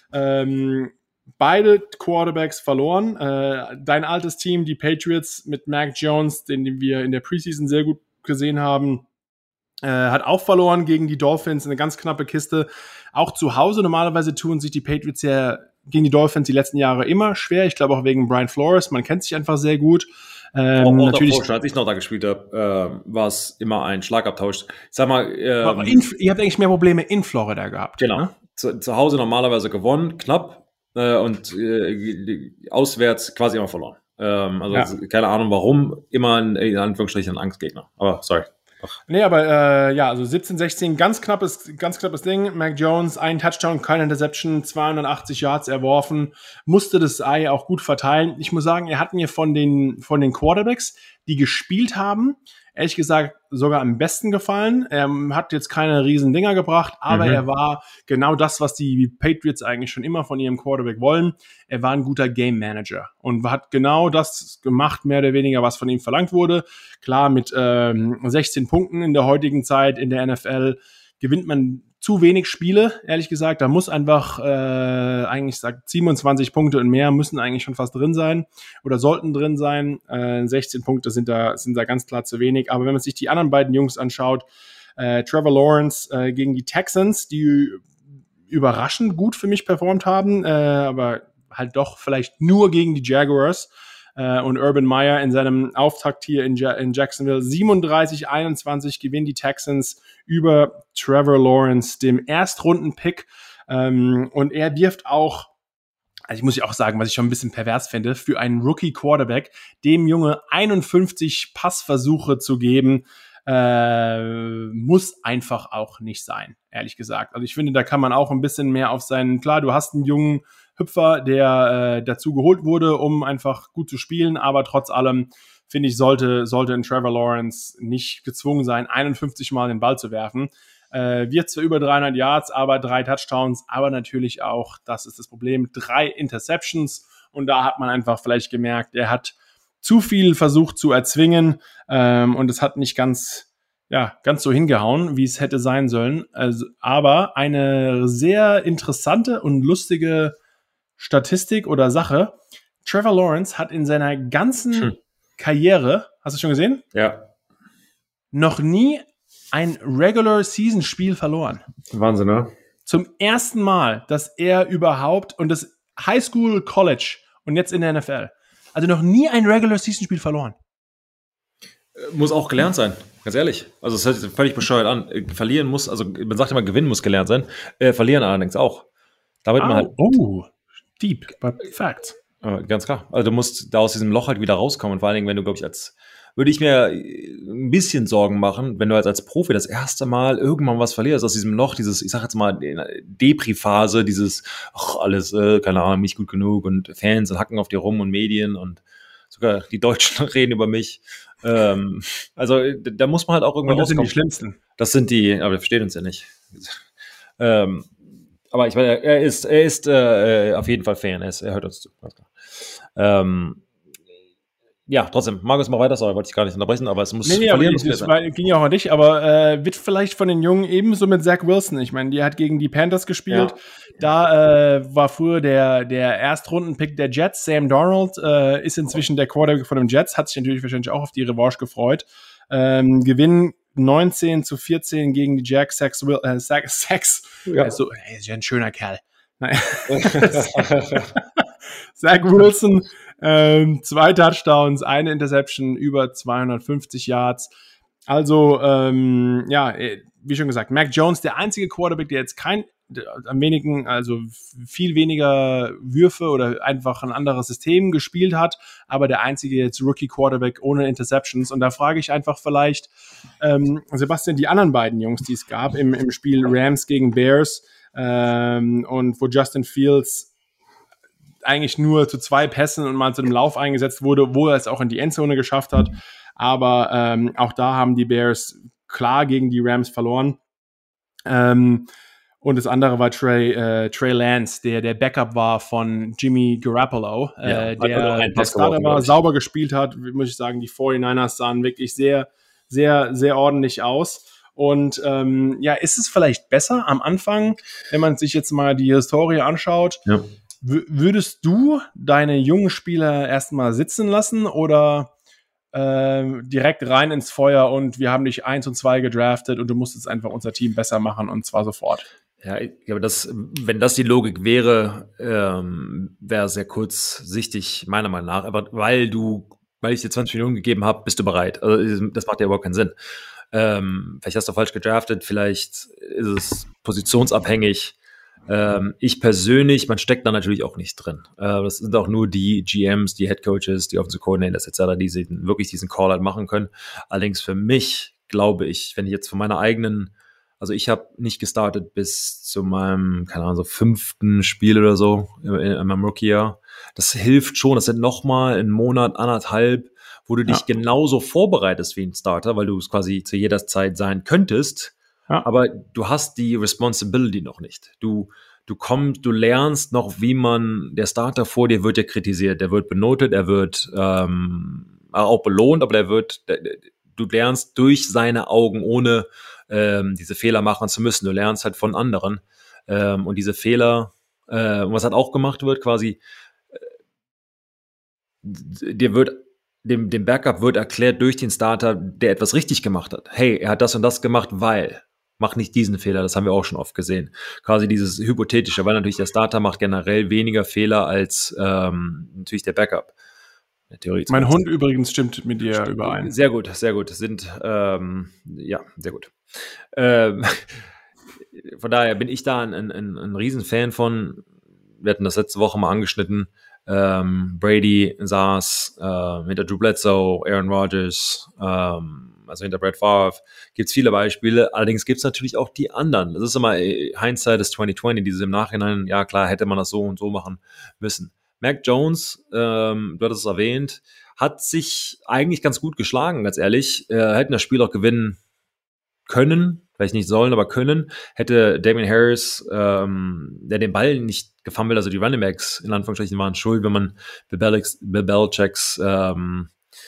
Ähm, beide Quarterbacks verloren. Äh, dein altes Team, die Patriots mit Mac Jones, den, den wir in der Preseason sehr gut gesehen haben, äh, hat auch verloren gegen die Dolphins. Eine ganz knappe Kiste. Auch zu Hause normalerweise tun sich die Patriots ja gegen die Dolphins die letzten Jahre immer schwer. Ich glaube auch wegen Brian Flores. Man kennt sich einfach sehr gut. Ähm, auch, auch natürlich, davor, als ich noch da gespielt habe, äh, war es immer ein Schlagabtausch. Ich sag mal, ähm, in, ihr habt eigentlich mehr Probleme in Florida gehabt. Genau. Ne? Zu, zu Hause normalerweise gewonnen, knapp, äh, und äh, auswärts quasi immer verloren. Ähm, also Ja. keine Ahnung warum, immer in, in Anführungsstrichen ein Angstgegner. Aber sorry. Ach. Nee, aber äh, ja, also siebzehn sechzehn, ganz knappes, ganz knappes Ding. Mac Jones, ein Touchdown, keine Interception, zweihundertachtzig Yards erworfen, musste das Ei auch gut verteilen. Ich muss sagen, er hat mir von den, von den Quarterbacks, die gespielt haben, ehrlich gesagt sogar am besten gefallen. Er hat jetzt keine riesen Dinger gebracht, aber mhm. er war genau das, was die Patriots eigentlich schon immer von ihrem Quarterback wollen. Er war ein guter Game Manager und hat genau das gemacht, mehr oder weniger, was von ihm verlangt wurde. Klar, mit ähm, sechzehn Punkten in der heutigen Zeit in der N F L gewinnt man zu wenig Spiele, ehrlich gesagt. Da muss einfach äh, eigentlich sagt siebenundzwanzig Punkte und mehr müssen eigentlich schon fast drin sein oder sollten drin sein. Äh, sechzehn Punkte sind da sind da ganz klar zu wenig. Aber wenn man sich die anderen beiden Jungs anschaut, äh, Trevor Lawrence äh, gegen die Texans, die überraschend gut für mich performt haben, äh, aber halt doch vielleicht nur gegen die Jaguars. Uh, und Urban Meyer in seinem Auftakt hier in, ja- in Jacksonville siebenunddreißig einundzwanzig gewinnen die Texans über Trevor Lawrence, dem Erstrunden-Pick. Um, und er wirft auch, also ich muss ja auch sagen, was ich schon ein bisschen pervers finde, für einen Rookie-Quarterback, dem Junge einundfünfzig Passversuche zu geben, äh, muss einfach auch nicht sein, ehrlich gesagt. Also ich finde, da kann man auch ein bisschen mehr auf seinen, klar, du hast einen jungen Hüpfer, der äh, dazu geholt wurde, um einfach gut zu spielen, aber trotz allem, finde ich, sollte, sollte ein Trevor Lawrence nicht gezwungen sein, einundfünfzig Mal den Ball zu werfen. Äh, wird zwar über dreihundert Yards, aber drei Touchdowns, aber natürlich auch, das ist das Problem, drei Interceptions, und da hat man einfach vielleicht gemerkt, er hat zu viel versucht zu erzwingen, ähm, und es hat nicht ganz, ja, ganz so hingehauen, wie es hätte sein sollen. Also, aber eine sehr interessante und lustige Statistik oder Sache: Trevor Lawrence hat in seiner ganzen hm. Karriere, hast du schon gesehen? Ja. Noch nie ein Regular-Season-Spiel verloren. Wahnsinn, ne? Zum ersten Mal, dass er überhaupt, und das Highschool, College und jetzt in der N F L, also noch nie ein Regular-Season-Spiel verloren. Muss auch gelernt sein, ganz ehrlich. Also es hört sich völlig bescheuert an. Verlieren muss, also man sagt immer, gewinnen muss gelernt sein. Äh, verlieren allerdings auch. Damit oh, man halt. Oh, deep, but facts. Äh, ganz klar. Also du musst da aus diesem Loch halt wieder rauskommen. Und vor allen Dingen, wenn du, glaube ich, als, würde ich mir ein bisschen Sorgen machen, wenn du als, als Profi das erste Mal irgendwann was verlierst, aus diesem Loch, dieses, ich sag jetzt mal, Depri-Phase, dieses, ach, alles, äh, keine Ahnung, nicht gut genug und Fans und hacken auf dir rum und Medien und sogar die Deutschen reden über mich. Ähm, also da muss man halt auch irgendwann rauskommen. Das sind die Schlimmsten. Das sind die, aber wir verstehen uns ja nicht. ähm, aber ich meine, er ist, er ist äh, auf jeden Fall Fan, er, ist, er hört uns zu. Ähm, ja, trotzdem, Markus, mal weiter, sorry, wollte ich gar nicht unterbrechen, aber es muss nee, nee, verlieren. Aber das war, ging ja auch an dich, aber äh, wird vielleicht von den Jungen ebenso mit Zach Wilson. Ich meine, die hat gegen die Panthers gespielt. Ja. Da äh, war früher der, der Erstrunden-Pick der Jets, Sam Darnold, äh, ist inzwischen der Quarterback von den Jets, hat sich natürlich wahrscheinlich auch auf die Revanche gefreut. Ähm, Gewinn neunzehn zu vierzehn gegen die Jacks, Sachs, äh, Sachs, Sachs. Ja. Also, er ist ja ein schöner Kerl. Nein. Zach Wilson, ähm, zwei Touchdowns, eine Interception, über zweihundertfünfzig Yards. Also, ähm, ja, wie schon gesagt, Mac Jones, der einzige Quarterback, der jetzt kein, am wenigen, also viel weniger Würfe oder einfach ein anderes System gespielt hat, aber der einzige jetzt Rookie-Quarterback ohne Interceptions. Und da frage ich einfach vielleicht, ähm, Sebastian, die anderen beiden Jungs, die es gab im, im Spiel Rams gegen Bears, ähm, und wo Justin Fields eigentlich nur zu zwei Pässen und mal zu einem Lauf eingesetzt wurde, wo er es auch in die Endzone geschafft hat. Aber ähm, auch da haben die Bears klar gegen die Rams verloren. Ähm, und das andere war Trey, äh, Trey Lance, der der Backup war von Jimmy Garoppolo, äh, ja, der der Starter war, sauber gespielt hat. Muss ich sagen, die forty-niners sahen wirklich sehr, sehr, sehr ordentlich aus. Und ähm, ja, ist es vielleicht besser am Anfang, wenn man sich jetzt mal die Historie anschaut, ja. w- würdest du deine jungen Spieler erstmal sitzen lassen oder äh, direkt rein ins Feuer und wir haben dich eins und zwei gedraftet und du musst jetzt einfach unser Team besser machen und zwar sofort? Ja, ich glaube, das, wenn das die Logik wäre, ähm, wäre sehr kurzsichtig, meiner Meinung nach. Aber weil du, weil ich dir zwanzig Millionen gegeben habe, bist du bereit. Also das macht ja überhaupt keinen Sinn. Ähm, vielleicht hast du falsch gedraftet, vielleicht ist es positionsabhängig. Ähm, ich persönlich, man steckt da natürlich auch nicht drin. Äh, das sind auch nur die G Ms, die Head Coaches, die Offensive Coordinators et cetera, die wirklich diesen Call halt machen können. Allerdings für mich, glaube ich, wenn ich jetzt von meiner eigenen, also ich habe nicht gestartet bis zu meinem, keine Ahnung, so fünften Spiel oder so in, in meinem Rookie-Jahr. Das hilft schon, das sind nochmal einen Monat, anderthalb, wo du dich ja. genauso vorbereitest wie ein Starter, weil du es quasi zu jeder Zeit sein könntest, ja. aber du hast die Responsibility noch nicht. Du, du kommst, du lernst noch, wie man, der Starter vor dir wird ja kritisiert, der wird benotet, er wird ähm, auch belohnt, aber der wird, der, du lernst durch seine Augen, ohne ähm, diese Fehler machen zu müssen. Du lernst halt von anderen. Ähm, und diese Fehler, äh, was halt auch gemacht wird, quasi, äh, dir wird, dem, dem Backup wird erklärt durch den Starter, der etwas richtig gemacht hat. Hey, er hat das und das gemacht, weil, mach nicht diesen Fehler, das haben wir auch schon oft gesehen. Quasi dieses Hypothetische, weil natürlich der Starter macht generell weniger Fehler als ähm, natürlich der Backup. Theorie mein Hund übrigens stimmt mit dir überein. Sehr gut, sehr gut. Sind, ähm, ja, sehr gut. Ähm, von daher bin ich da ein, ein, ein Riesenfan von. Wir hatten das letzte Woche mal angeschnitten. Ähm, Brady saß äh, hinter Drew Bledsoe, Aaron Rodgers, ähm, also hinter Brett Favre. Gibt es viele Beispiele. Allerdings gibt es natürlich auch die anderen. Das ist immer Hindsight ist zwanzig zwanzig, dieses im Nachhinein, ja klar, hätte man das so und so machen müssen. Mac Jones, ähm, du hattest es erwähnt, hat sich eigentlich ganz gut geschlagen, ganz ehrlich. Er hätte das Spiel auch gewinnen können, vielleicht nicht sollen, aber können. Hätte Damien Harris, ähm, der den Ball nicht gefummelt, also die Running Backs in Anführungsstrichen waren schuld, wenn man Bill Belichick's ähm,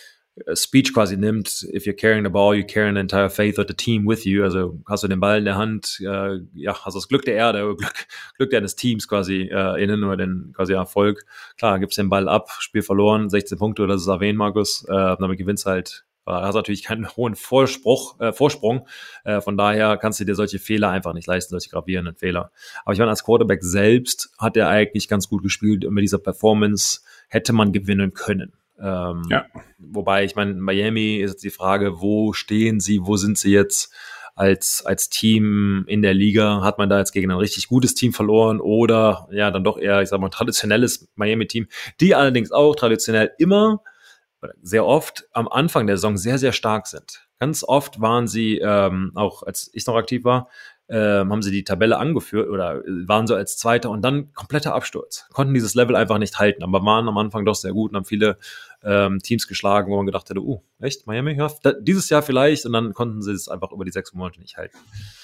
Speech quasi nimmt, if you're carrying the ball, you're carrying the entire faith of the team with you. Also hast du den Ball in der Hand, äh, ja, hast das Glück der Erde, Glück, Glück deines Teams quasi äh, innen oder den quasi Erfolg. Klar, gibst den Ball ab, Spiel verloren, sechzehn Punkte, das ist erwähnt, Markus. Äh, damit gewinnst halt, äh, hast natürlich keinen hohen Vorspruch, äh, Vorsprung. Äh, von daher kannst du dir solche Fehler einfach nicht leisten, solche gravierenden Fehler. Aber ich meine, als Quarterback selbst hat er eigentlich ganz gut gespielt und mit dieser Performance hätte man gewinnen können. Ähm, ja. Wobei, ich meine, Miami ist jetzt die Frage, wo stehen sie, wo sind sie jetzt als, als Team in der Liga? Hat man da jetzt gegen ein richtig gutes Team verloren oder ja, dann doch eher, ich sag mal, traditionelles Miami-Team, die allerdings auch traditionell immer, sehr oft am Anfang der Saison sehr, sehr stark sind. Ganz oft waren sie, ähm, auch als ich noch aktiv war, Ähm, haben sie die Tabelle angeführt oder waren so als Zweiter und dann kompletter Absturz. Konnten dieses Level einfach nicht halten, aber waren am Anfang doch sehr gut und haben viele ähm, Teams geschlagen, wo man gedacht hätte, uh, echt, Miami? Ja, da, dieses Jahr vielleicht und dann konnten sie es einfach über die sechs Monate nicht halten.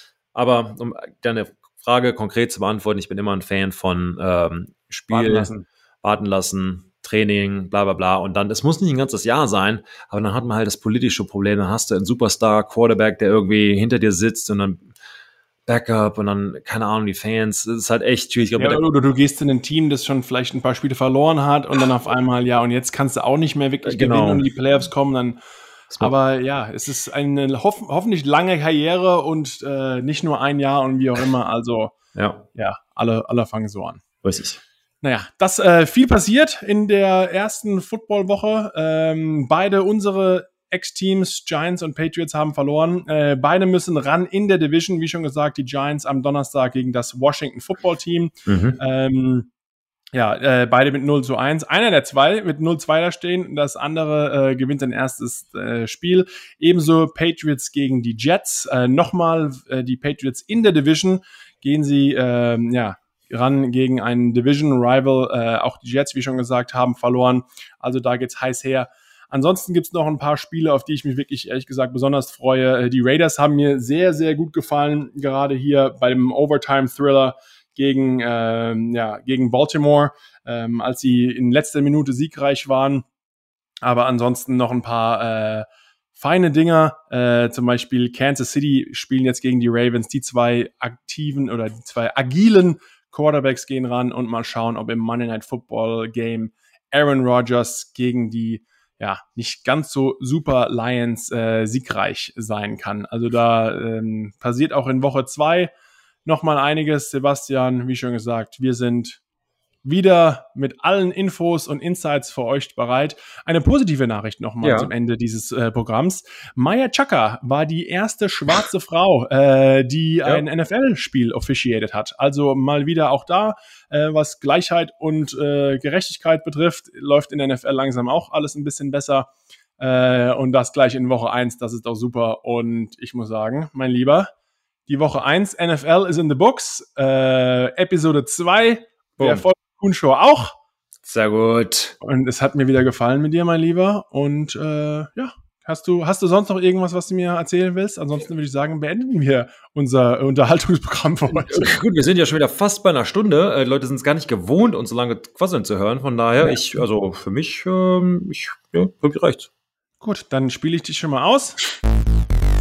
Aber um deine Frage konkret zu beantworten, ich bin immer ein Fan von ähm, Spiel, warten lassen. warten lassen, Training, bla bla bla und dann, es muss nicht ein ganzes Jahr sein, aber dann hat man halt das politische Problem, dann hast du einen Superstar-Quarterback, der irgendwie hinter dir sitzt und dann Backup und dann, keine Ahnung, die Fans, das ist halt echt schwierig. Ja, oder du gehst in ein Team, das schon vielleicht ein paar Spiele verloren hat und dann auf einmal, ja, und jetzt kannst du auch nicht mehr wirklich genau. gewinnen und die Playoffs kommen, dann, aber ja, es ist eine hoff- hoffentlich lange Karriere und äh, nicht nur ein Jahr und wie auch immer, also ja, ja alle, alle fangen so an. Richtig. Naja, das äh, viel passiert in der ersten Football-Woche. Ähm, beide unsere Ex-Teams, Giants und Patriots, haben verloren. Äh, beide müssen ran in der Division. Wie schon gesagt, die Giants am Donnerstag gegen das Washington Football Team. Mhm. Ähm, ja, äh, beide mit null zu eins. Einer der zwei mit null zu zwei da stehen. Das andere äh, gewinnt sein erstes äh, Spiel. Ebenso Patriots gegen die Jets. Äh, nochmal äh, die Patriots in der Division. Gehen sie, äh, ja, ran gegen einen Division-Rival. Äh, auch die Jets, wie schon gesagt, haben verloren. Also da geht's heiß her. Ansonsten gibt's noch ein paar Spiele, auf die ich mich wirklich, ehrlich gesagt, besonders freue. Die Raiders haben mir sehr, sehr gut gefallen, gerade hier beim Overtime-Thriller gegen, ähm, ja, gegen Baltimore, ähm, als sie in letzter Minute siegreich waren. Aber ansonsten noch ein paar äh, feine Dinger. Äh, zum Beispiel Kansas City spielen jetzt gegen die Ravens. Die zwei aktiven oder die zwei agilen Quarterbacks gehen ran und mal schauen, ob im Monday Night Football Game Aaron Rodgers gegen die ja, nicht ganz so super Lions äh, siegreich sein kann. Also da ähm, passiert auch in Woche zwei nochmal einiges. Sebastian, wie schon gesagt, wir sind wieder mit allen Infos und Insights für euch bereit. Eine positive Nachricht nochmal ja. zum Ende dieses äh, Programms. Maya Chaka war die erste schwarze Frau, äh, die ja. ein N F L-Spiel officiated hat. Also mal wieder auch da, äh, was Gleichheit und äh, Gerechtigkeit betrifft, läuft in der N F L langsam auch alles ein bisschen besser. Äh, und das gleich in Woche eins, das ist auch super. Und ich muss sagen, mein Lieber, die Woche eins N F L is in the books. Äh, Episode zwei, der Erfolg Show auch. Sehr gut. Und es hat mir wieder gefallen mit dir, mein Lieber. Und äh, ja, hast du, hast du sonst noch irgendwas, was du mir erzählen willst? Ansonsten würde ich sagen, beenden wir unser Unterhaltungsprogramm für heute. Gut, wir sind ja schon wieder fast bei einer Stunde. Äh, die Leute sind es gar nicht gewohnt, uns so lange quasseln zu hören. Von daher, ja. ich, also für mich, ähm, ich, ja, wirklich reicht's. Gut, dann spiele ich dich schon mal aus.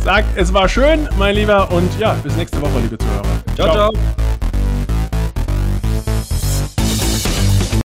Sag, es war schön, mein Lieber. Und ja, bis nächste Woche, liebe Zuhörer. Ciao, ciao. ciao.